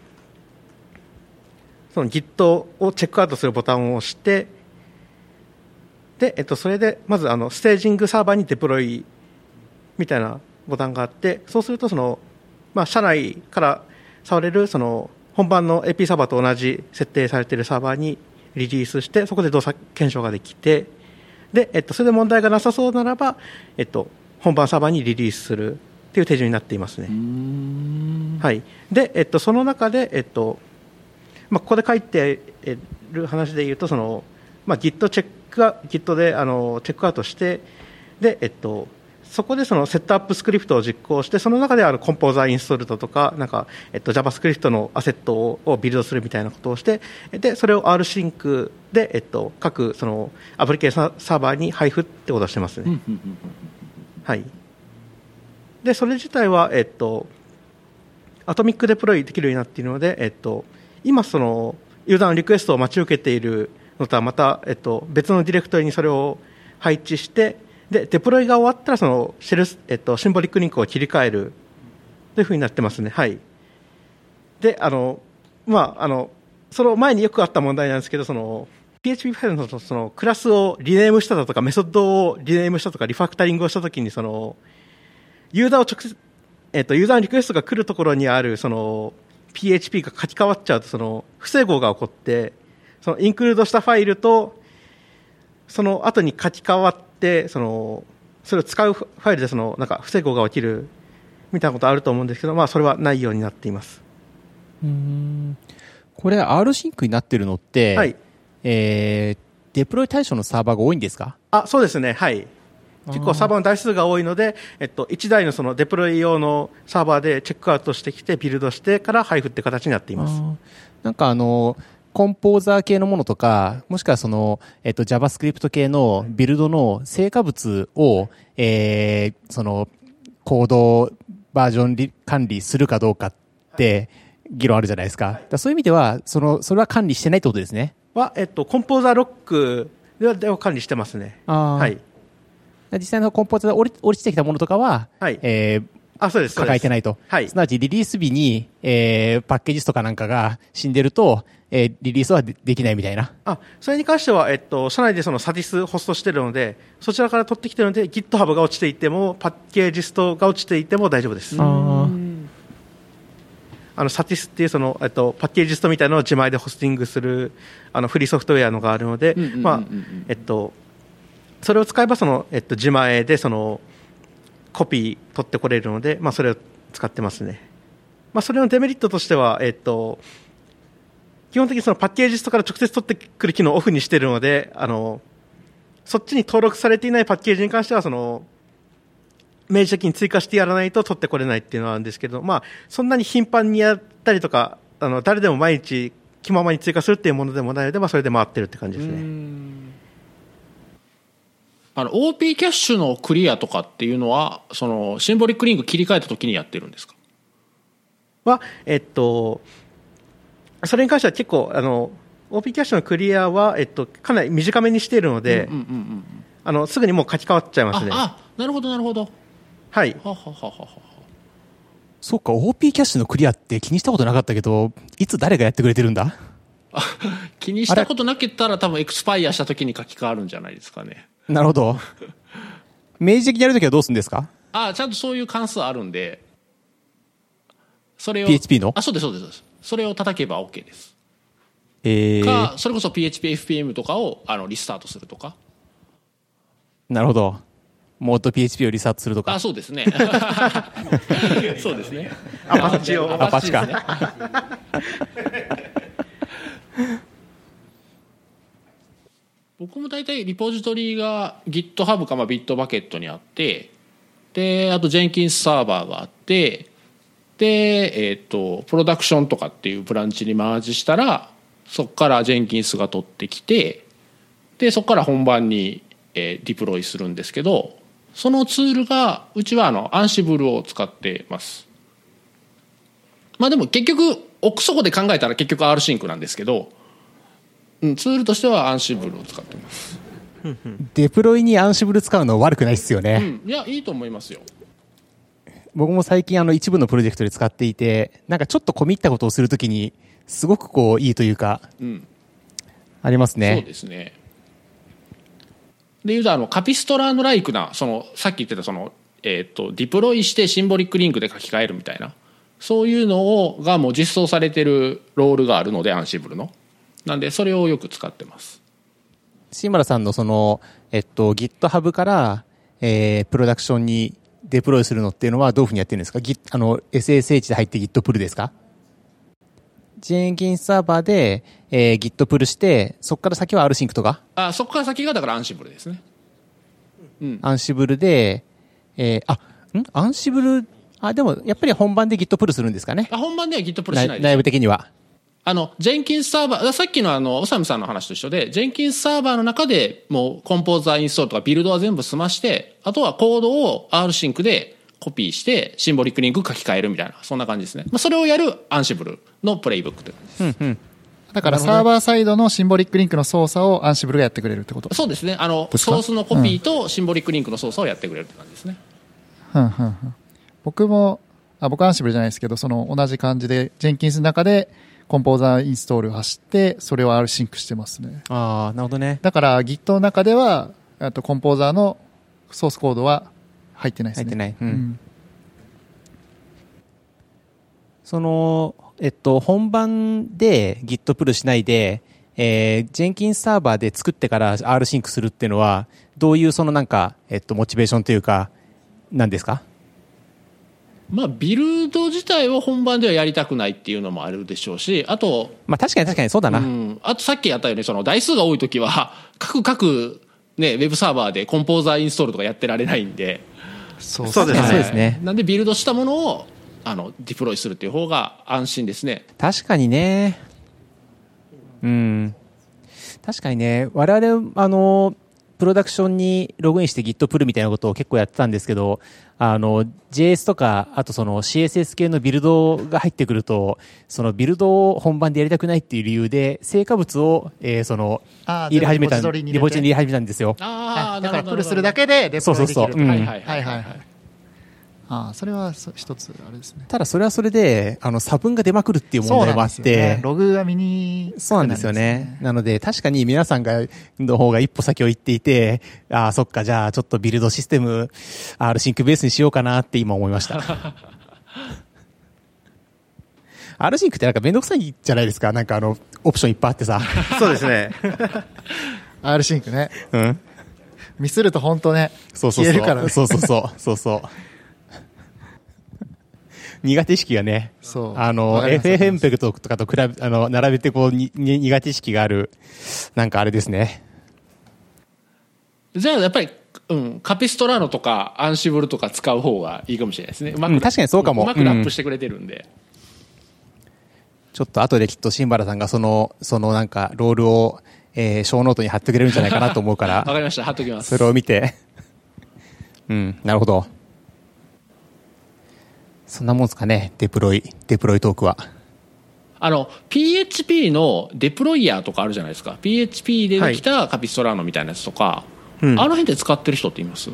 その Git をチェックアウトするボタンを押してで、えっと、それでまずあのステージングサーバーにデプロイみたいなボタンがあってそうするとその、まあ、社内から触れるその本番の エーピー サーバーと同じ設定されているサーバーにリリースしてそこで動作検証ができてで、えっと、それで問題がなさそうならば、えっと、本番サーバーにリリースするという手順になっていますね。はいでえっと、その中で、えっとまあ、ここで書いている話でいうとその、まあ、Git チェックGit であのチェックアウトしてで、えっと、 そこでそのセットアップスクリプトを実行して、その中であるコンポーザーインストールだとか、なんか、えっと、JavaScript のアセットををビルドするみたいなことをして、で、それを Rsync で、えっと、各そのアプリケーションサーバーに配布ってことをしてますね。はい。で、それ自体は、えっと、アトミックデプロイできるようになっているので、えっと、今その、ユーザーのリクエストを待ち受けているのとはまた、えっと、別のディレクトリにそれを配置して、で、デプロイが終わったら、その、シェル、えっと、シンボリックリンクを切り替えるというふうになってますね。はい。で、あの、まあ、あの、その前によくあった問題なんですけど、その、ピーエイチピーファイルのそのクラスをリネームしただとか、メソッドをリネームしたとか、リファクタリングをしたときに、その、ユーザーを直接、えっと、ユーザーのリクエストが来るところにある、その、ピーエイチピー が書き換わっちゃうと、その、不整合が起こって、その、インクルードしたファイルと、その後に書き換わって、その、それを使うファイルで、その、なんか、不整合が起きる、みたいなことあると思うんですけど、まあ、それはないようになっています。 うーん。これ、Rsync になってるのって、はい。えー、デプロイ対象のサーバーが多いんですか？ あ、そうですね。はい。結構サーバーの台数が多いので、えっと、いちだいのそのデプロイ用のサーバーでチェックアウトしてきて、ビルドしてから配布って形になっています。 なんかあの、コンポーザー系のものとか、もしくはその、えっと、JavaScript 系のビルドの成果物を、えー、その、コードバージョン管理するかどうかって、議論あるじゃないですか。だからそういう意味では、その、それは管理してないってことですね。 は、えっと、コンポーザーロックでは管理してますね。はい。 実際のコンポーザーで降り、降りてきたものとかは、はい、えー、 あ、そうです。 抱えてないと。はい。すなわちリリース日に、えー、パッケージとかなんかが死んでると、えー、リリースは で, できないみたいな。 あ、それに関しては、えっと、社内でそのサディスホストしてるので、そちらから取ってきてるので、GitHub が落ちていても、パッケージストが落ちていても大丈夫です。ああの、サティスっていうその、えっと、パッケージストみたいなのを自前でホスティングする、あの、フリーソフトウェアのがあるので、まあ、えっと、それを使えばその、えっと、自前でそのコピー取ってこれるので、まあ、それを使ってますね。まあ、それのデメリットとしては、えっと、基本的にそのパッケージストから直接取ってくる機能をオフにしているので、あのそっちに登録されていないパッケージに関してはその明示的に追加してやらないと取ってこれないっていうのはあるんですけど、まあ、そんなに頻繁にやったりとか、あの誰でも毎日気ままに追加するっていうものでもないので、まあ、それで回ってるって感じですね。 あの オーピー キャッシュのクリアとかっていうのはそのシンボリックリンク切り替えたときにやってるんですか？ は、えっと、それに関しては結構あの オーピー キャッシュのクリアは、えっと、かなり短めにしているので、うんうんうんうん、あのすぐにもう書き換わっちゃいますね。 ああ、なるほどなるほど。 はい。 ははははは。 そうか、オーピー キャッシュのクリアって気にしたことなかったけど、いつ誰がやってくれてるんだ？ 気にしたことなけったら多分エクスパイアしたときに書き換わるんじゃないですかね。 なるほど。明示的にやるときはどうするんですか？ ああ、ちゃんとそういう関数あるんで、それをピーエイチピー の？ あ、そうですそうです。それを叩けば OK です。 えー、 か、それこそ ピーエイチピーエフピーエム とかをあのリスタートするとか。 なるほど。もっと ピーエイチピー をリスタートするとか。 あ、そうですね。そうですね。 アパッチを。 アパッチか。 僕も大体リポジトリが GitHub かまあ Bitbucket にあって、であと Jenkins サーバーがあって、でえっとプロダクションとかっていうブランチにマージしたら、そこから Jenkins が取ってきて、でそこから本番に、えー、ディプロイするんですけど、そのツールがうちはあの Ansible を使ってます。まあでも結局奥底で考えたら結局 Rsync なんですけど、うん、ツールとしてはアンシブルを使ってます。 デプロイにアンシブル使うの悪くないですよね、 うん、いやいいと思いますよ。 僕も最近あの一部のプロジェクトで使っていて、なんかちょっと込み入ったことをするときにすごくこういいというか、うん、ありますね。 そうですね。でいうとあのカピストラのライクなそのさっき言ってたその、えー、とディプロイしてシンボリックリンクで書き換えるみたいな、そういうのをがもう実装されてるロールがあるので、アンシブルのなんでそれをよく使ってます。 新村さんのその、えっと、GitHub から、えー、プロダクションにデプロイするのっていうのはどういうふうにやってるんですか？ Git、あの エスエスエイチ で入って Git プルですか？ジェンキンサーバーで、えー、Git プルして、そこから先は Rsync とか？ あ、そこから先がだからアンシブルですね。 うん、アンシブルで、 えー、あんアンシブルあでもやっぱり本番で Git プルするんですかね。 あ本番では Git プルしないです。 内部的にはあのジェンキンスサーバー、さっきのあのオサムさんの話と一緒で、ジェンキンスサーバーの中でもうコンポーザーインストールとかビルドは全部済まして、あとはコードを R シンクでコピーしてシンボリックリンク書き換えるみたいな、そんな感じですね。まあ、それをやるアンシブルのプレイブックという感じです。うんうん、 だからサーバーサイドのシンボリックリンクの操作をアンシブルがやってくれるってこと？ そうですね。あのソースのコピーとシンボリックリンクの操作をやってくれるって感じですね。 うんうんうん、僕もあ僕はアンシブルじゃないですけど、その同じ感じでジェンキンスの中でコンポーザーインストール走ってそれを R シンクしてますね。 ああ、なるほどね。 だから Git の中ではあとコンポーザーのソースコードは入ってないですね。 入ってない。うん。うん、そのえっと本番で Git プルしないで、えー、ジェンキンスサーバーで作ってから R シンクするっていうのはどういうそのなんかえっとモチベーションというかなんですか？ まあ、ビルド自体を本番ではやりたくないっていうのもあるでしょうし、あと、 まあ、確かに確かにそうだな、うん、 あとさっきやったようにその台数が多いときは各各、ね、ウェブサーバーでコンポーザーインストールとかやってられないんで、 そうですね、 そうですね。 なんでビルドしたものをあのディプロイするっていう方が安心ですね。 確かにね、うん、確かにね、我々あのプロダクションにログインして Git プルみたいなことを結構やってたんですけど、あの ジェイエス とかあとその シーエスエス 系のビルドが入ってくると、そのビルドを本番でやりたくないっていう理由で成果物を、えー、そその入れ始めたリポジトリに入れ始めたんですよ。 ああ、だからプルするだけでデプロイできる。 そうそうそう、うん、 はいはいはいはい。ああ、それは一つあれですね。 ただそれはそれであの差分が出まくるっていう問題もあって、 ね、ログが見に、 そうなんですよね。なので確かに皆さんがの方が一歩先を行っていて、ああそっか、じゃあちょっとビルドシステム R シンクベースにしようかなって今思いました。R シンクってなんかめんどくさいじゃないですか。なんかあのオプションいっぱいあってさ。 そうですね。 R シンクね。 うん。 ミスると本当ね。 そうそうそう。消えるからね。そうそうそうそうそう。苦手意識がね、 そうあの エフエフエムペクトとかと比べあの並べてこうにに苦手意識があるなんかあれですね。 じゃあやっぱり、うん、カピストラーノとかアンシブルとか使う方がいいかもしれないですね。うまく、 うん、確かにそうかも。 うまくラップしてくれてるんで。うん、 ちょっと後できっと新原さんがそのそのなんかロールを、えー、ショーノートに貼ってくれるんじゃないかなと思うから。 わかりました、貼っときます。 それを見て、うん、なるほど。そんなもんですかね、デプロイ、デプロイトークは。 あの、ピーエイチピー のデプロイヤーとかあるじゃないですか。ピーエイチピー でできたカピストラーノみたいなやつとか、はい、あの辺で使ってる人っています？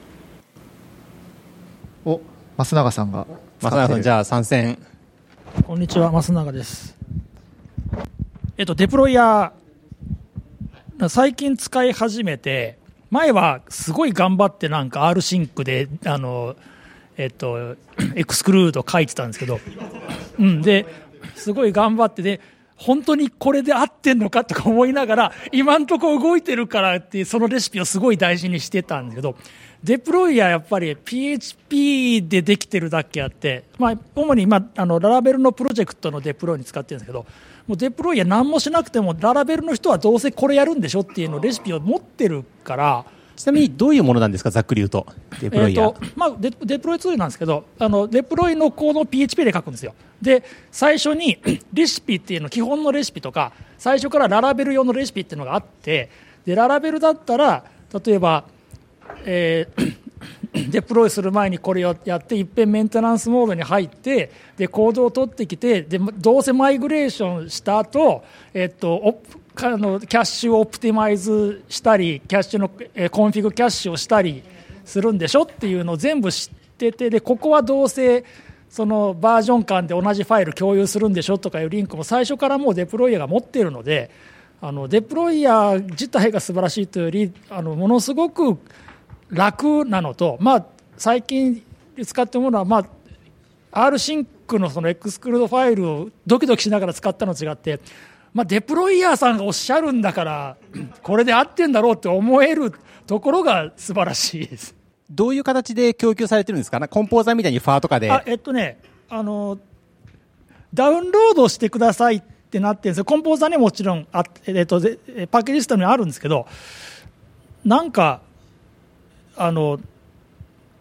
お、増永さんが。 増永さん、じゃあ参戦。 こんにちは、増永です。えっと、デプロイヤー、最近使い始めて、前はすごい頑張ってなんか R シンクで、あの、えっと、エクスクルード書いてたんですけど、うん、ですごい頑張ってで本当にこれで合ってんのかとか思いながら今んとこ動いてるからってそのレシピをすごい大事にしてたんですけど、デプロイヤーやっぱり ピーエイチピー でできてるだけあって、まあ、主に今あのララベルのプロジェクトのデプロイに使ってるんですけど、もうデプロイヤー何もしなくてもララベルの人はどうせこれやるんでしょっていうのレシピを持ってるから。 ちなみにどういうものなんですか、ざっくり言うと。デプロイヤー、 えーとまあ、デ, デプロイツールなんですけど、あのデプロイのコードを ピーエイチピー で書くんですよ。で最初にレシピっていうの、基本のレシピとか最初からララベル用のレシピっていうのがあって、でララベルだったら例えば、えー、デプロイする前にこれをやっていっぺんメンテナンスモードに入ってでコードを取ってきて、でどうせマイグレーションした後、えっとオプあのキャッシュをオプティマイズしたりキャッシュの、えー、コンフィグキャッシュをしたりするんでしょっていうのを全部知ってて、でここはどうせそのバージョン間で同じファイル共有するんでしょとかいうリンクも最初からもうデプロイヤーが持っているので、あのデプロイヤー自体が素晴らしいというよりあのものすごく楽なのと、まあ、最近使ってるものは、まあ、R シンクのそのエクスクルードファイルをドキドキしながら使ったのと違って、まあ、デプロイヤーさんがおっしゃるんだからこれで合ってんだろうって思えるところが素晴らしいです。 どういう形で供給されてるんですか、コンポーザーみたいにファーとかで。 あ、えっとね、あのダウンロードしてくださいってなってるんですよ。コンポーザーにももちろんあ、えっと、パッケージシステムにあるんですけど、なんかあの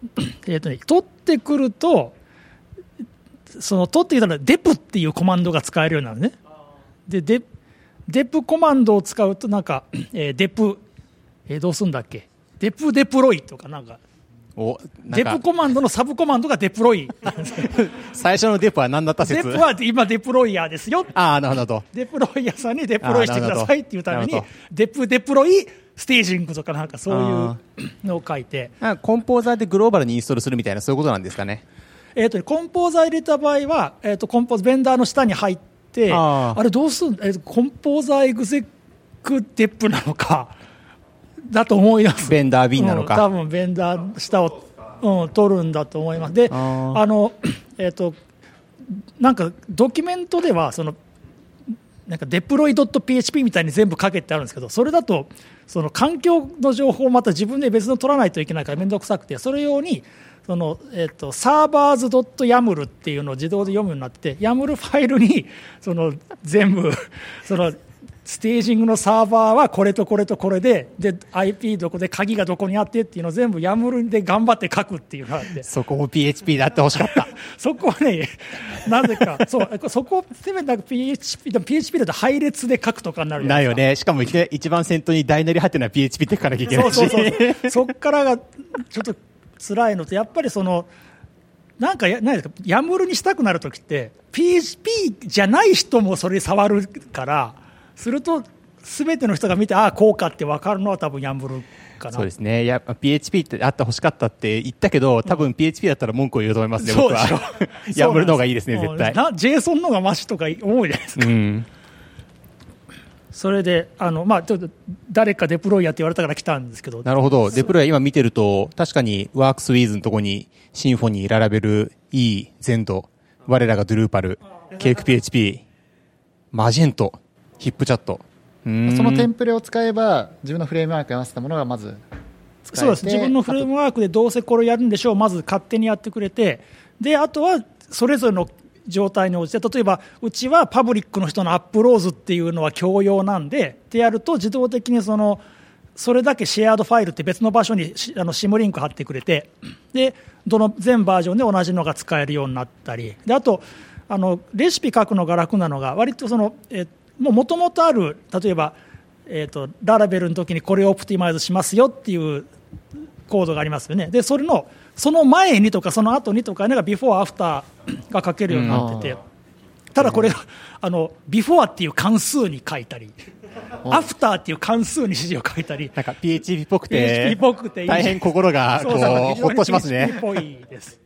えーとね、取ってくるとその取ってきたらデプっていうコマンドが使えるようになるね。でデデプコマンドを使うとなんか、えー、デプ、えー、どうするんだっけ、デプデプロイとかなんかおなんかデプコマンドのサブコマンドがデプロイ最初のデプは何だった説？ デプは今デプロイヤーですよ。 ああなるほど。 デプロイヤーさんにデプロイしてくださいっていうためになるほどデプデプロイステージングとかなんかそういうのを書いて、 あコンポーザーでグローバルにインストールするみたいなそういうことなんですかね。 えーとね、コンポーザー入れた場合は、えーとコンポーザーベンダーの下に入ってああれどうするん、えーとコンポーザーエグゼクデプなのかだと思います。 ベンダー B なのか、 うん、多分ベンダー下を、うん、取るんだと思います。でああの、えーとなんかドキュメントではそのなんかデプロイ .php みたいに全部かけてあるんですけど、それだとその環境の情報をまた自分で別の取らないといけないから面倒くさくて、それ用にその、えー、とサーバーズ .yaml っていうのを自動で読むようになってて、 YAML ファイルにその全部そのステージングのサーバーはこれとこれとこれで、で アイピー どこで鍵がどこにあってっていうのを全部 YAML で頑張って書くっていうのがあって、 そこも ピーエイチピー であってほしかったそこはね、なぜかそうそこせめてなんか ピーエイチピー でも ピーエイチピー だと配列で書くとかになるじゃなないいですか。 よね。しかも一番先頭に大なりはてな ピーエイチピー って書かなきゃいけないし、 そうそうそうそっからがちょっと辛いのと、やっぱりそのなんかやないですか、ヤムルにしたくなるときって ピーエイチピー じゃない人もそれ触るからすると全ての人が見てああこうかって分かるのは多分ヤムルかな。 そうですね。やっぱ ピーエイチピー ってあってほしかったって言ったけど、多分 ピーエイチピー だったら文句を言うと思いますね、僕は。ヤムルの方がいいですね、絶対。 な JSON の方がマシとか思うじゃないですか。 うんそれであの、まあ、ちょっと誰かデプロイヤーって言われたから来たんですけど、 なるほど。デプロイヤー今見てると、確かにワークスウィーズのとこにシンフォニー、ララベル、E、ゼンド、我らがドゥルーパル、ケーク ピーエイチピー、マジェント、ヒップチャット。うーんそのテンプレを使えば自分のフレームワークに合わせたものがまず使えて、 そうです、自分のフレームワークでどうせこれやるんでしょう、まず勝手にやってくれて、であとはそれぞれの状態に応じて、例えばうちはパブリックの人のアップローズっていうのは共用なんでってやると自動的にそのそれだけシェアードファイルって別の場所にあのシムリンク貼ってくれて、でどの全バージョンで同じのが使えるようになったりで、あとあのレシピ書くのが楽なのが割とそのえもともとある例えば、えー、とララベルの時にこれをオプティマイズしますよっていうコードがありますよね。でそれのその前にとかその後にとかいうのがビフォーアフターが書けるようになってて、うん、ただこれあのビフォーっていう関数に書いたりアフターっていう関数に指示を書いたり、 なんか ピーエイチピー っぽくてピーエイチピー っぽくて大変心がこうそうそうほっとしますね。 ピーエイチピー っぽいです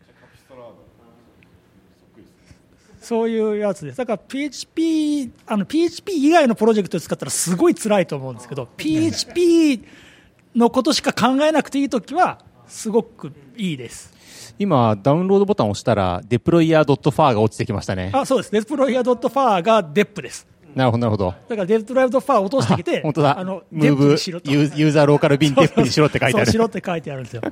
そういうやつです。だから ピーエイチピー あの ピーエイチピー 以外のプロジェクトで使ったらすごい辛いと思うんですけど、 ピーエイチピー のことしか考えなくていいときはすごくいいです。 今ダウンロードボタンを押したらデプロイヤー .far が落ちてきましたね。 あ、そうです。デプロイヤー .far がデップです。 なるほどなるほど。 だからデプロイヤー .far を落としてきて、 本当だ。 あのムーブユーユーザーローカルビンデップにしろって書いてある。 そうしろって書いてあるんですよ。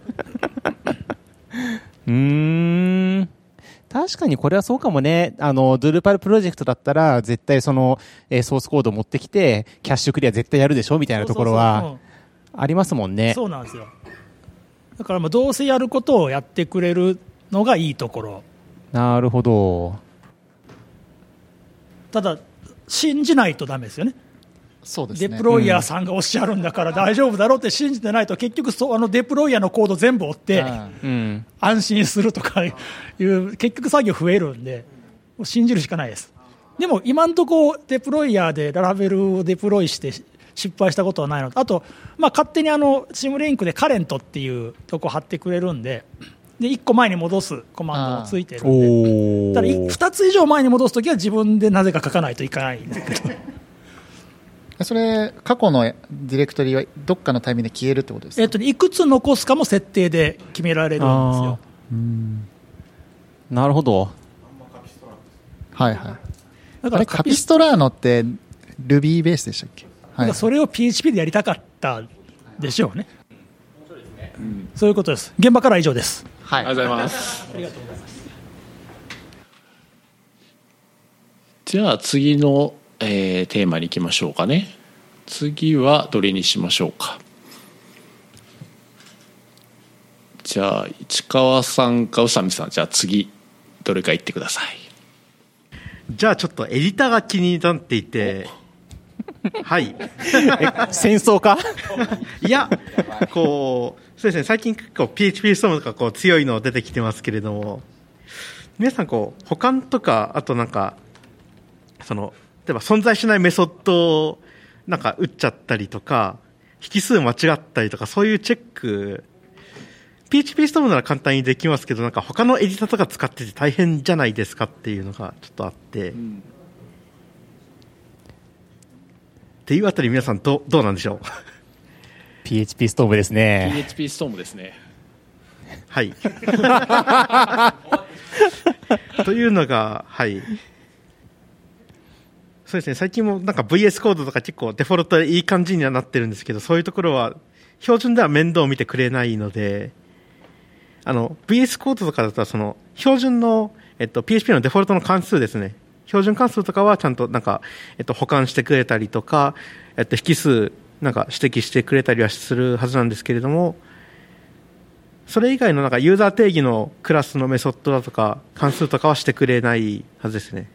うーん。確かにこれはそうかもね。あのドゥルパルプロジェクトだったら絶対その、えー、ソースコードを持ってきてキャッシュクリア絶対やるでしょみたいなところはありますもんね。 そうなんですよ。だからまあどうせやることをやってくれるのがいいところ。 なるほど。 ただ信じないとダメですよね。 そうですね。 デプロイヤーさんがおっしゃるんだから大丈夫だろうって信じてないと結局そうあのデプロイヤーのコード全部追ってうん安心するとかいう結局作業増えるんでもう信じるしかないです。でも今のところデプロイヤーでララベルをデプロイして失敗したことはないのと、あと、まあ、勝手にあのシムリンクでカレントっていうとこ貼ってくれるんで、でいっこまえに戻すコマンドもついてるんで、ただふたつ以上前に戻すときは自分でなぜか書かないといけないんですけどそれ過去のディレクトリはどっかのタイミングで消えるってことですか？ えっとね、いくつ残すかも設定で決められるんですよ。 うんなるほど。 はいはい。 だからあれカピストラーノって Ruby ベースでしたっけ？ だからそれを ピーエイチピー でやりたかったでしょうね。うん、そういうことです。現場からは以上です。 はい、 ありがとうございます。 ありがとうございます。 じゃあ次の、えー、テーマに行きましょうかね。次はどれにしましょうか。じじゃあ市川さんか宇佐美さん、じゃあ次どれか言ってください。 じゃあちょっとエディターが気になっていて、はい戦争かいやこうそうですね、最近結構 ピーエイチピー ストームとかこう強いの出てきてますけれども、皆さんこう保管とか、あとなんかその例えば存在しないメソッドをなんか打っちゃったりとか、引数間違ったりとか、そういうチェック ピーエイチピー ストームなら簡単にできますけど、なんか他のエディターとか使ってて大変じゃないですかっていうのがちょっとあって、うん、っていうあたり皆さんどどうなんでしょう。 ピーエイチピー ストームですね。 ピーエイチピー ストームですね。 はいというのが、はいそうですね、最近もなんか ブイエス コードとか結構デフォルトでいい感じにはなってるんですけど、そういうところは標準では面倒を見てくれないので、あの ブイエス コードとかだったらその標準の、えっと、ピーエイチピー のデフォルトの関数ですね、標準関数とかはちゃんとなんか、えっと、保管してくれたりとか、えっと、引数なんか指摘してくれたりはするはずなんですけれども、それ以外のなんかユーザー定義のクラスのメソッドだとか関数とかはしてくれないはずですね。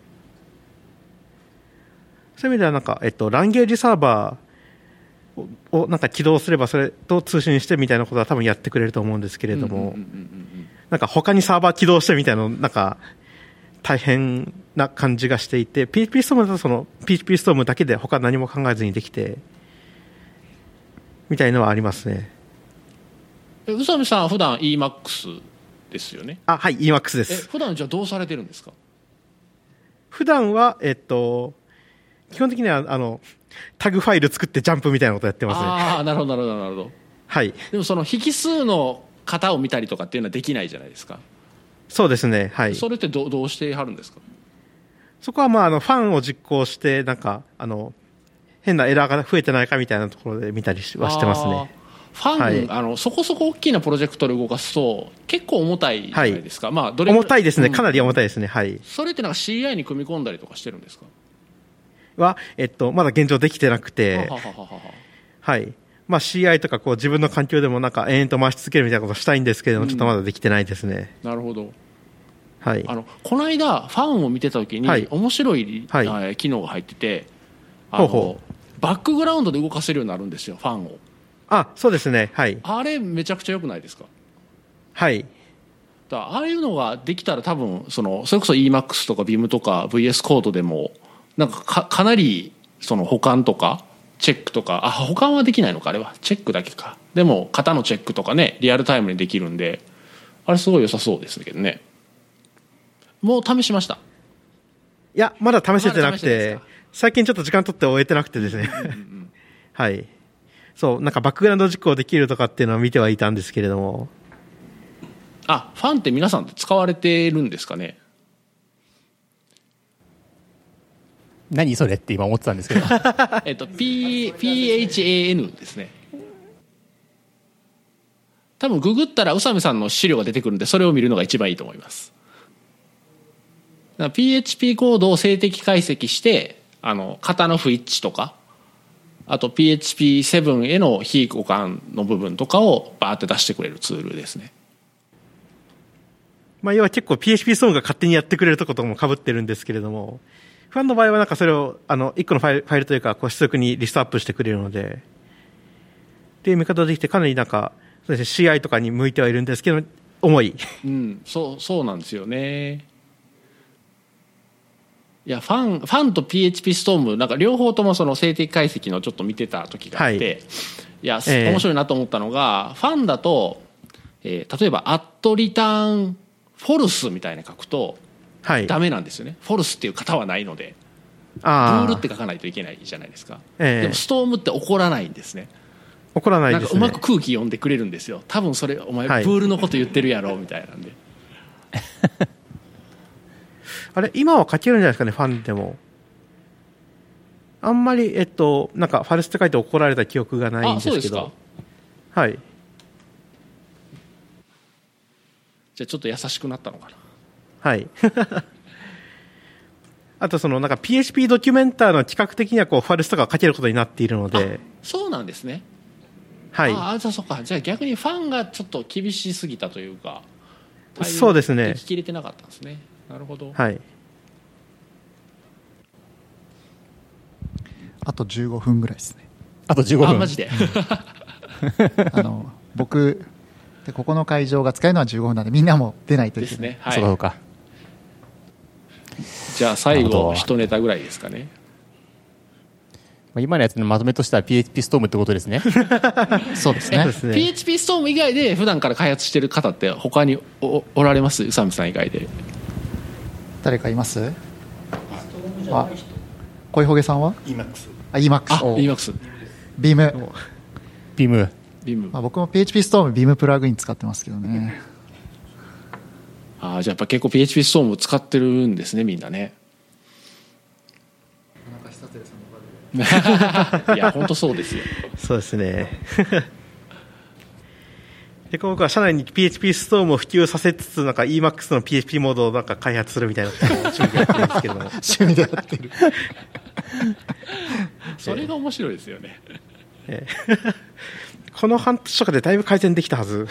そういう意味ではなんか、えっと、ランゲージサーバーをなんか起動すればそれと通信してみたいなことは多分やってくれると思うんですけれども、なんか他にサーバー起動してみたいなのなんか大変な感じがしていて、 ピーエイチピー ストームだとその ピーエイチピー ストームだけで他何も考えずにできてみたいのはありますね。 宇佐美さんは普段 イーマックス ですよね。 あ、はい、イーマックス です。 え普段じゃあどうされてるんですか。 普段はえっと基本的にはあのタグファイル作ってジャンプみたいなことやってますね。 ああ、なるほどなるほどなるほど。 はい。 でもその引数の型を見たりとかっていうのはできないじゃないですか。 そうですね、はい。 それってどどうしてはるんですか。 そこはまああのファンを実行してなんかあの変なエラーが増えてないかみたいなところで見たりはしてますね。 ファン、はい、あのそこそこ大きなプロジェクトで動かすと結構重たいじゃないですか。はい、まあどれ重たいですね、かなり重たいですね。はい。 それってなんか シーアイ に組み込んだりとかしてるんですか。 は、えっと、まだ現状できてなくて、 はははははい。まあ シーアイ とかこう自分の環境でもなんか延々と回し続けるみたいなことをしたいんですけれども、うん、ちょっとまだできてないですね。 なるほど。 はい。 あの、この間、ファンを見てたときに、はい、面白い、はい、機能が入ってて、あの、ほうほう、バックグラウンドで動かせるようになるんですよ、ファンを。 あ、そうですね。はい。 あれ、めちゃくちゃ良くないですか。 はい。 だああいうのができたら多分、その、それこそ イーマックス とか ビーム とか ブイエス コードでも、なんかか、かなり、その保管とか、チェックとか、あ、保管はできないのか、あれは。チェックだけか。でも、型のチェックとかね、リアルタイムにできるんで、あれすごい良さそうですけどね。もう試しました。 いや、まだ試せてなくて、最近ちょっと時間取って終えてなくてですね。うんうんうん、はい。そう、なんかバックグラウンド実行できるとかっていうのを見てはいたんですけれども。 あ、ファンって皆さんって使われてるんですかね。 何それって今思ってたんですけど。 えっと、P、ピーエイチエーエヌ ですね。多分ググったら宇佐美さんの資料が出てくるんで、それを見るのが一番いいと思います。ピーエイチピー コードを静的解析して、あの、型の不一致とか、あと ピーエイチピーセブン への非互換の部分とかをバーって出してくれるツールですね。 まあ、要は結構 ピーエイチピー ソーンが勝手にやってくれるところとも被ってるんですけれども、ファンの場合はなんかそれを、あの、一個のファイル、ファイルというか、こう、出力にリストアップしてくれるので、っていう見方ができて、かなりなんか、そうですね、シーアイ とかに向いてはいるんですけど、重い。 うん、そう、そうなんですよね。いや、ファン、ファンと ピーエイチピー ストーム、なんか両方ともその静的解析のちょっと見てた時があって、はい、いや、えー、面白いなと思ったのが、ファンだと、えー、例えば、アットリターンフォルスみたいに書くと、はい、ダメなんですよね。フォルスっていう型はないので、あブールって書かないといけないじゃないですか。えー、でも、ストームって起こらないんですね。 起こらないですね。 なんかうまく空気読んでくれるんですよ。多分それ、お前、ブールのこと言ってるやろ、みたいなんで。 あれ、今は書けるんじゃないですかね、ファンでも。あんまり、えっと、なんか、ファルスって書いて怒られた記憶がないんですけど。あ、そうですか。はい。 じゃあ、ちょっと優しくなったのかな。 はい。あと、その、なんか、ピーエイチピー ドキュメンターの企画的には、こう、ファルスとかを書けることになっているので。 そうなんですね。 はい。 ああ、そうか。じゃあ逆にファンがちょっと厳しすぎたというか、 そうですね。 聞き切れてなかったんですね。なるほど。 はい。 あとじゅうごふんぐらいですね。 あとじゅうごふん。 あ、マジで。 あの僕でここの会場が使えるのはじゅうごふんなんで、みんなも出ないといけない。 ですね。はい。 そうか。 じゃあ最後一ネタぐらいですかね。 今のやつのまとめとしては ピーエイチピー ストームってことですね。 そうですね。 ですね。 ピーエイチピー ストーム以外で普段から開発してる方って他に お, おられます？宇佐美さん以外で。 誰かいます？あ、小ほげさんは？ イーマックス。 あ、イーマックス。 あ、イーマックス。 ビーム。 ビーム。 ビーム。 まあ、僕も ピーエイチピー ストームビームプラグイン使ってますけどね。 ああ、じゃあやっぱ結構 ピーエイチピー ストーム使ってるんですね、みんなね。いや本当そうですよ。 そうですね。で、僕は社内に ピーエイチピー ストームを普及させつつ、なんか イーマックス の ピーエイチピー モードをなんか開発するみたいなことを趣味でやってるんですけども。 趣味でやってる。 それが面白いですよね。 ええ、この半年とかでだいぶ改善できたはず。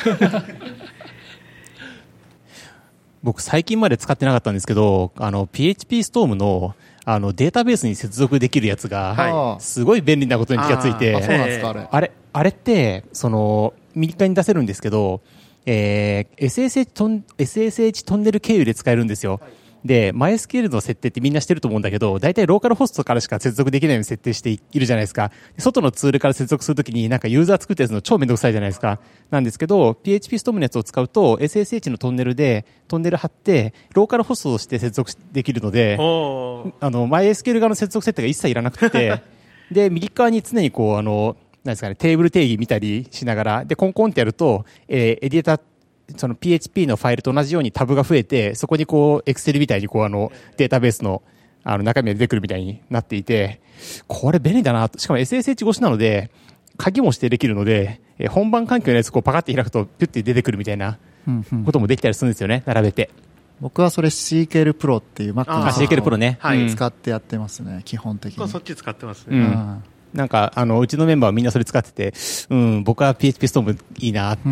僕最近まで使ってなかったんですけど、あの ピーエイチピー ストームのあのデータベースに接続できるやつが、 はすごい便利なことに気がついて、 あ、そうなんですか、あれ。 あれ、あれって、その、右側に出せるんですけど、えー、エスエスエイチ トン、エスエスエイチ トンネル経由で使えるんですよ。で、MySQL の設定ってみんなしてると思うんだけど、大体ローカルホストからしか接続できないように設定しているじゃないですか。外のツールから接続するときになんかユーザー作ったやつの超めんどくさいじゃないですか。なんですけど、ピーエイチピー ストームのやつを使うと、エスエスエイチ のトンネルで、トンネル貼って、ローカルホストとして接続できるので、あの、MySQL 側の接続設定が一切いらなくて、で、右側に常にこう、あの、なんですかね、テーブル定義見たりしながら、で、コンコンってやると、えー、エディター、その ピーエイチピー のファイルと同じようにタブが増えて、そこにこう、Excel みたいにこう、あの、データベースの、あの、中身が出てくるみたいになっていて、これ便利だなと。しかも エスエスエイチ 越しなので、鍵も指定できるので、えー、本番環境のやつこう、パカって開くと、ピュッて出てくるみたいなこともできたりするんですよね、並べて。 僕はそれ シーケーエル Pro っていう Mac のあ、シーケーエル Pro ね。 はい、 使ってやってますね、基本的に。 そっち使ってますね。 うん。なんか、あの、うちのメンバーはみんなそれ使ってて、うん、僕は ピーエイチピー ストームいいなって。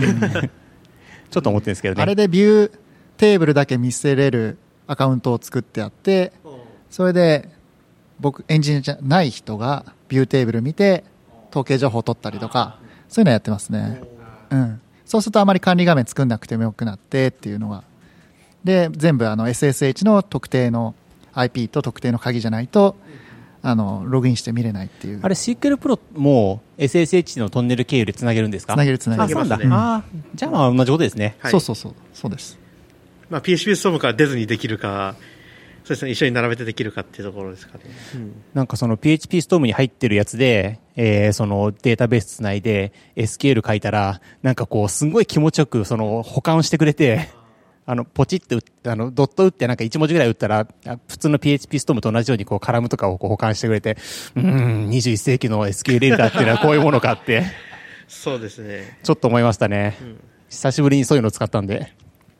ちょっと思ってるんですけどね。 あれでビューテーブルだけ見せれるアカウントを作ってあって、それで僕エンジニアじゃない人がビューテーブル見て統計情報を取ったりとか、そういうのやってますね。うん。そうするとあまり管理画面作んなくてもよくなってっていうのが。で、全部あの エスエスエイチ の特定の アイピー と特定の鍵じゃないと、あのログインして見れないっていう。 あれ シーケーエル Pro も エスエスエイチ のトンネル経由でつなげるんですか？ つなげるつなげる。 あ、そうなんだ。 うん、 あ、じゃあまあ同じことですね。 はい、そうそうそうそうです。 まあ ピーエイチピー ストームから出ずにできるか、そうですね、一緒に並べてできるかっていうところですかね。うん、 なんかその ピーエイチピー ストームに入ってるやつで、えー、そのデータベースつないで エスキューエル 書いたら、なんかこうすんごい気持ちよくその保管してくれて。あの、ポチって打って、あの、ドット打ってなんかいち文字ぐらい打ったら、普通の ピーエイチピー ストームと同じようにこうカラムとかをこう保管してくれて、うーん、にじゅういっ世紀の エスキューエル エディターっていうのはこういうものかって。 そうですね。 ちょっと思いましたね。うん、久しぶりにそういうのを使ったんで。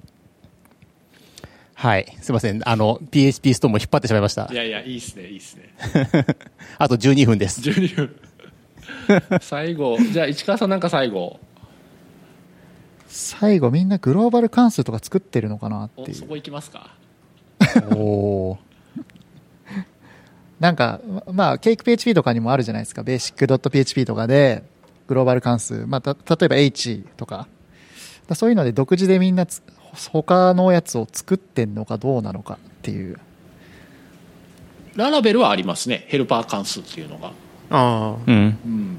はい。すいません。あの、ピーエイチピー ストームを引っ張ってしまいました。 いやいや、いいっすね、いいっすね。 あとじゅうにふんです。 じゅうにふん。最後、じゃあ市川さんなんか最後。 最後みんなグローバル関数とか作ってるのかなっていう。 そこ行きますか。おーなんかまあケーキ ピーエイチピー とかにもあるじゃないですか。ベーシック .php とかでグローバル関数、まあ、た例えば H とか、だそういうので独自でみんなつ他のやつを作ってんのかどうなのかっていう。 ララベルはありますね、ヘルパー関数っていうのが。 ああ、 うん、うん、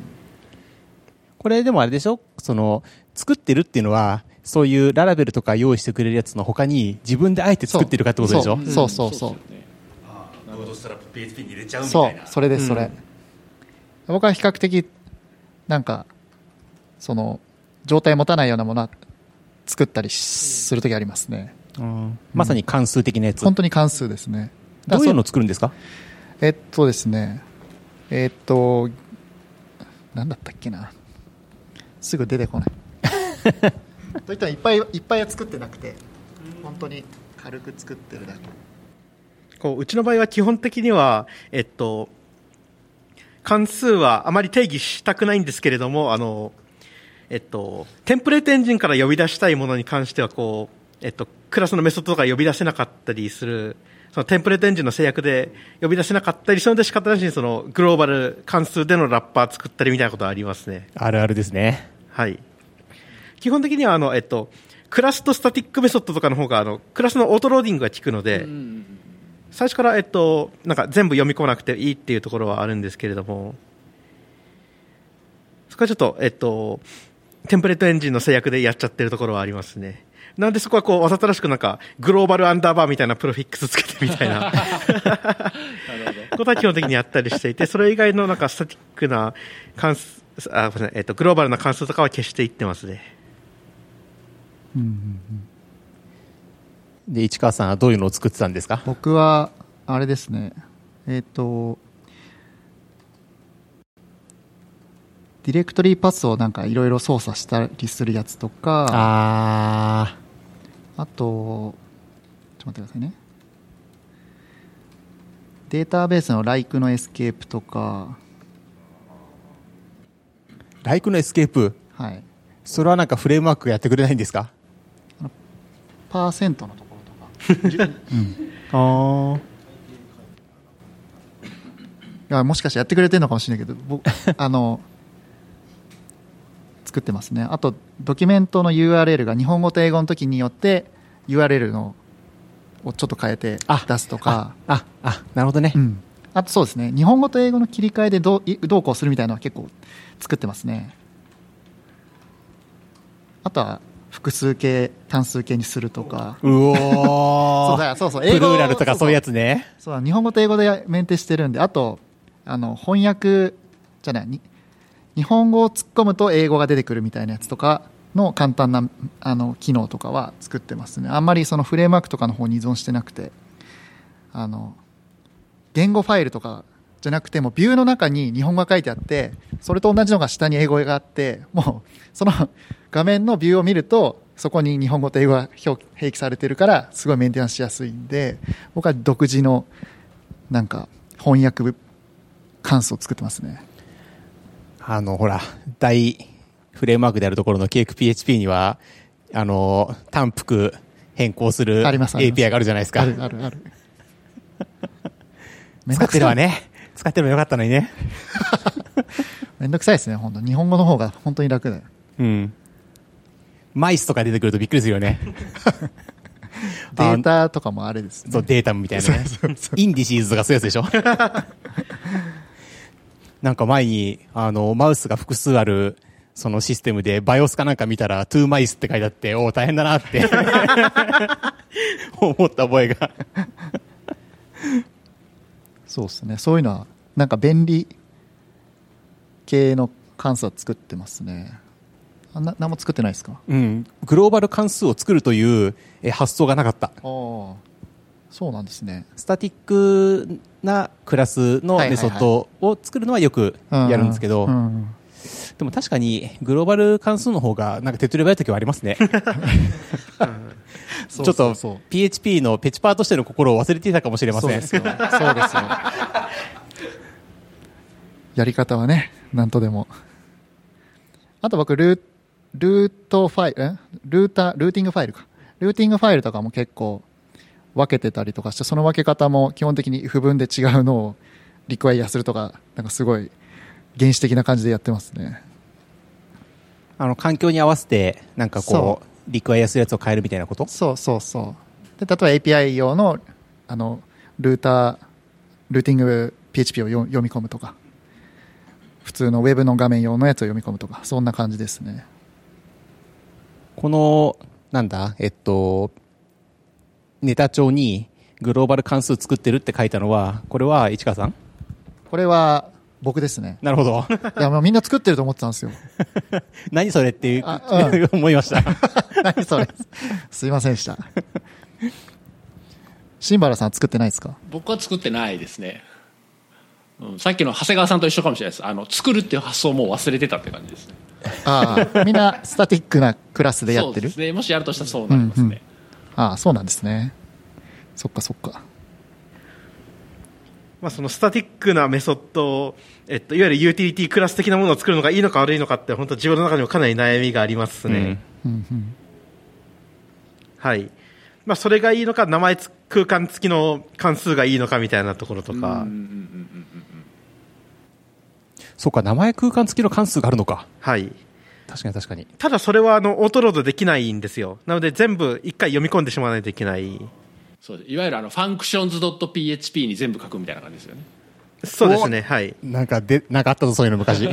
これでもあれでしょ、その作ってるっていうのはそういうララベルとか用意してくれるやつの他に自分であえて作ってるかってことでしょ。 そうそうそうそう、 ロードしたら ピーエイチピー に入れちゃうみたいな。 そう、それです、それ、うん、僕は比較的なんかその状態持たないようなものは作ったりするときありますね、 うん、まさに関数的なやつ、 本当に関数ですね。 どういうのを作るんですか？ えっとですねえっとなんだったっけな、すぐ出てこないといったらいっぱいいっぱいは作ってなくて、本当に軽く作ってるだけ。 こううちの場合は基本的には、えっと、関数はあまり定義したくないんですけれども、あのえっと、テンプレートエンジンから呼び出したいものに関しては、こう、えっと、クラスのメソッドとか呼び出せなかったりする、そのテンプレートエンジンの制約で呼び出せなかったりするので仕方なしにそのグローバル関数でのラッパー作ったりみたいなことはありますね。 あるあるですね。 はい。基本的には、あの、えっと、クラスとスタティックメソッドとかの方が、あの、クラスのオートローディングが効くので、最初から、えっと、なんか全部読み込まなくていいっていうところはあるんですけれども、そこはちょっと、えっと、テンプレートエンジンの制約でやっちゃってるところはありますね。なんでそこはこう、わざとらしくなんか、グローバルアンダーバーみたいなプロフィックスつけてみたいな、ことは基本的にやったりしていて、それ以外のなんかスタティックな関数、あ、えっと、グローバルな関数とかは消していってますね。 うんうんうん、 で、市川さんはどういうのを作ってたんですか？ 僕は、あれですね、えっと、ディレクトリパスをなんかいろいろ操作したりするやつとか、 ああと、ちょっと待ってくださいね。データベースの like のエスケープとか、 ライクのエスケープ、 はい。 それはなんかフレームワークがやってくれないんですか？ パーセントのところとか。うん、 ああ。 いや、もしかしてやってくれてるのかもしれないけど、僕、あの、作ってますね。あと、ドキュメントの ユーアールエル が日本語と英語の時によって ユーアールエル のをちょっと変えて出すとか。 あ、あ、あ、なるほどね。 うん。あとそうですね、日本語と英語の切り替えでどう、どうこうするみたいなのは結構作ってますね。あとは、複数形、単数形にするとか。 うおー。 そうだ、そうそう、 英語。プルーラルとかそういうやつね。 そうそう、日本語と英語でメンテしてるんで、あと、あの、翻訳、じゃない、日本語を突っ込むと英語が出てくるみたいなやつとかの簡単なあの機能とかは作ってますね。あんまりそのフレームワークとかの方に依存してなくて、あの言語ファイルとかじゃなくてもビューの中に日本語が書いてあって、それと同じのが下に英語があって、もうその画面のビューを見るとそこに日本語と英語が表併記されてるからすごいメンテナンスしやすいんで、僕は独自のなんか翻訳関数を作ってますね。 あの、ほら、大フレームワークであるところの ケークピーエイチピー には、あの、単幅変更する エーピーアイ があるじゃないですか。 あるあるある。 使ってるわね。使ってるのよかったのにね。 めんどくさいですね、本当。日本語の方が本当に楽だよ。 うん。マイスとか出てくるとびっくりするよね。 データとかもあれですね。 そう、データみたいなね。そうそうそう、インディシーズとかそういうやつでしょ。なんか前に、あの、マウスが複数ある、そのシステムで、バイオスかなんか見たら、トゥーマイスって書いてあって、おー、大変だなって、思った覚えが。 そうですね。そういうのは、なんか便利系の関数は作ってますね。あな、何も作ってないですか？ うん。グローバル関数を作るというえ発想がなかった。ああ。 そうなんですね。 スタティックなクラスのメソッドを作るのはよくやるんですけど、でも確かにグローバル関数の方がなんか手っ取り早い時はありますね。ちょっと ピーエイチピー のペチパーとしての心を忘れていたかもしれません。そうですよ。 そうですよ。やり方はね、なんとでも。あと僕ルー、ルートファイル、ルータ、ルーティングファイルか。ルーティングファイルとかも結構分けてたりとかして、その分け方も基本的に不分で違うのをリクワイアするとか、なんかすごい原始的な感じでやってますね。 あの環境に合わせてなんかこうリクワイアするやつを変えるみたいなこと？ そうそうそう。で例えば エーピーアイ 用のあのルータールーティング ピーエイチピー を読み込むとか、普通のウェブの画面用のやつを読み込むとか、そんな感じですね。 このなんだえっとネタ帳にグローバル関数作ってるって書いたのは、これは市川さん？ これは僕ですね。 なるほど。 いやもうみんな作ってると思ってたんですよ。 何それっていう、うん、思いました。 何それ。すいませんでした。新原さん作ってないですか？ 僕は作ってないですね。うん、さっきの長谷川さんと一緒かもしれないです。あの作るっていう発想も忘れてたって感じですね。 ああ、みんなスタティックなクラスでやってる。 そうですね。もしやるとしたらそうなりますね。うんうん、 ああ、そうなんですね。そっかそっか。 まあ、そのスタティックなメソッドを、えっと、いわゆるユーティリティクラス的なものを作るのがいいのか悪いのかって本当自分の中にもかなり悩みがありますね、 うんうんうんはいまあ、それがいいのか名前つ空間付きの関数がいいのかみたいなところとか、うんうんうんうん、 そうか名前空間付きの関数があるのか。 はい確かに確かに。 ただそれはあのオートロードできないんですよ。なので全部一回読み込んでしまわないといけない。 そういわゆるあの functions.php に全部書くみたいな感じですよね。 そうですね、はい。 なんかでなんかあったぞそういうの昔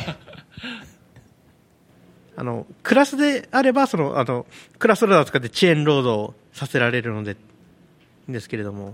あのクラスであればそのあのクラスローダーを使ってチェーンロードをさせられるのでいいんですけれども、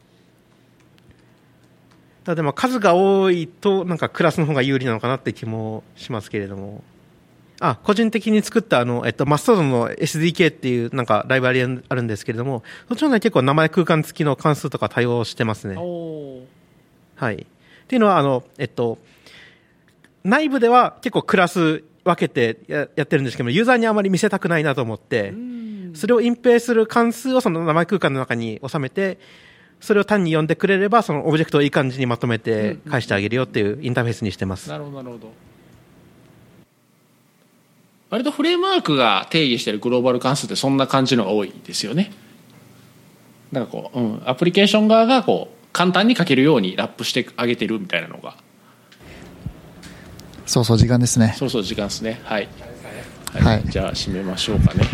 ただでも数が多いとなんかクラスの方が有利なのかなって気もしますけれども、あ個人的に作ったあの、えっと、マストドンの エスディーケー っていうなんかライブラリあるんですけれども、そっちの方が結構名前空間付きの関数とか対応してますね。はい。っていうのはあの、えっと、内部では結構クラス分けて や, やってるんですけども、ユーザーにあまり見せたくないなと思って、それを隠蔽する関数をその名前空間の中に収めて、それを単に呼んでくれればそのオブジェクトをいい感じにまとめて返してあげるよっていうインターフェースにしてます。 なるほどなるほど。割とフレームワークが定義しているグローバル関数ってそんな感じのが多いですよね。なんかこう、うん、アプリケーション側がこう簡単に書けるようにラップしてあげてるみたいなのが。 そうそう時間ですね。 そうそう時間ですね。はい。 はいはい、 じゃあ締めましょうかね。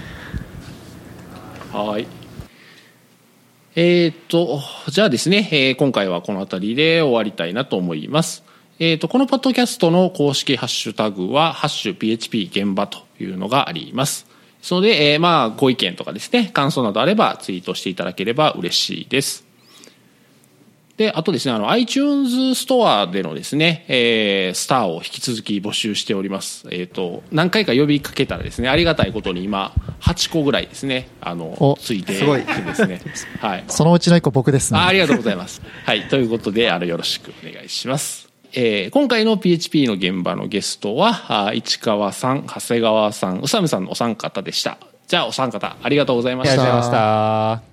はい。えー、っとじゃあですね、えー、今回はこの辺りで終わりたいなと思います。えー、とこのポッドキャストの公式ハッシュタグはハッシュ ピーエイチピー 現場というのがあります。そので、えー、まあご意見とかですね、感想などあればツイートしていただければ嬉しいです。であとですね、あの iTunes ストアでのですね、えー、スターを引き続き募集しております。えー、と何回か呼びかけたらですね、ありがたいことに今はちこぐらいですね、あのついていてですね、はい、 そのうちのいっこ僕ですね。 あ, ありがとうございますはい、ということであのよろしくお願いします。えー、今回の ピーエイチピー の現場のゲストは市川さん、長谷川さん、宇佐美さんのお三方でした。じゃあお三方ありがとうございました。 ありがとうございま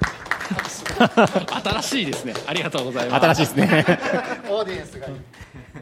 した新しいですね。ありがとうございます。 新しいですねオーディエンスがいい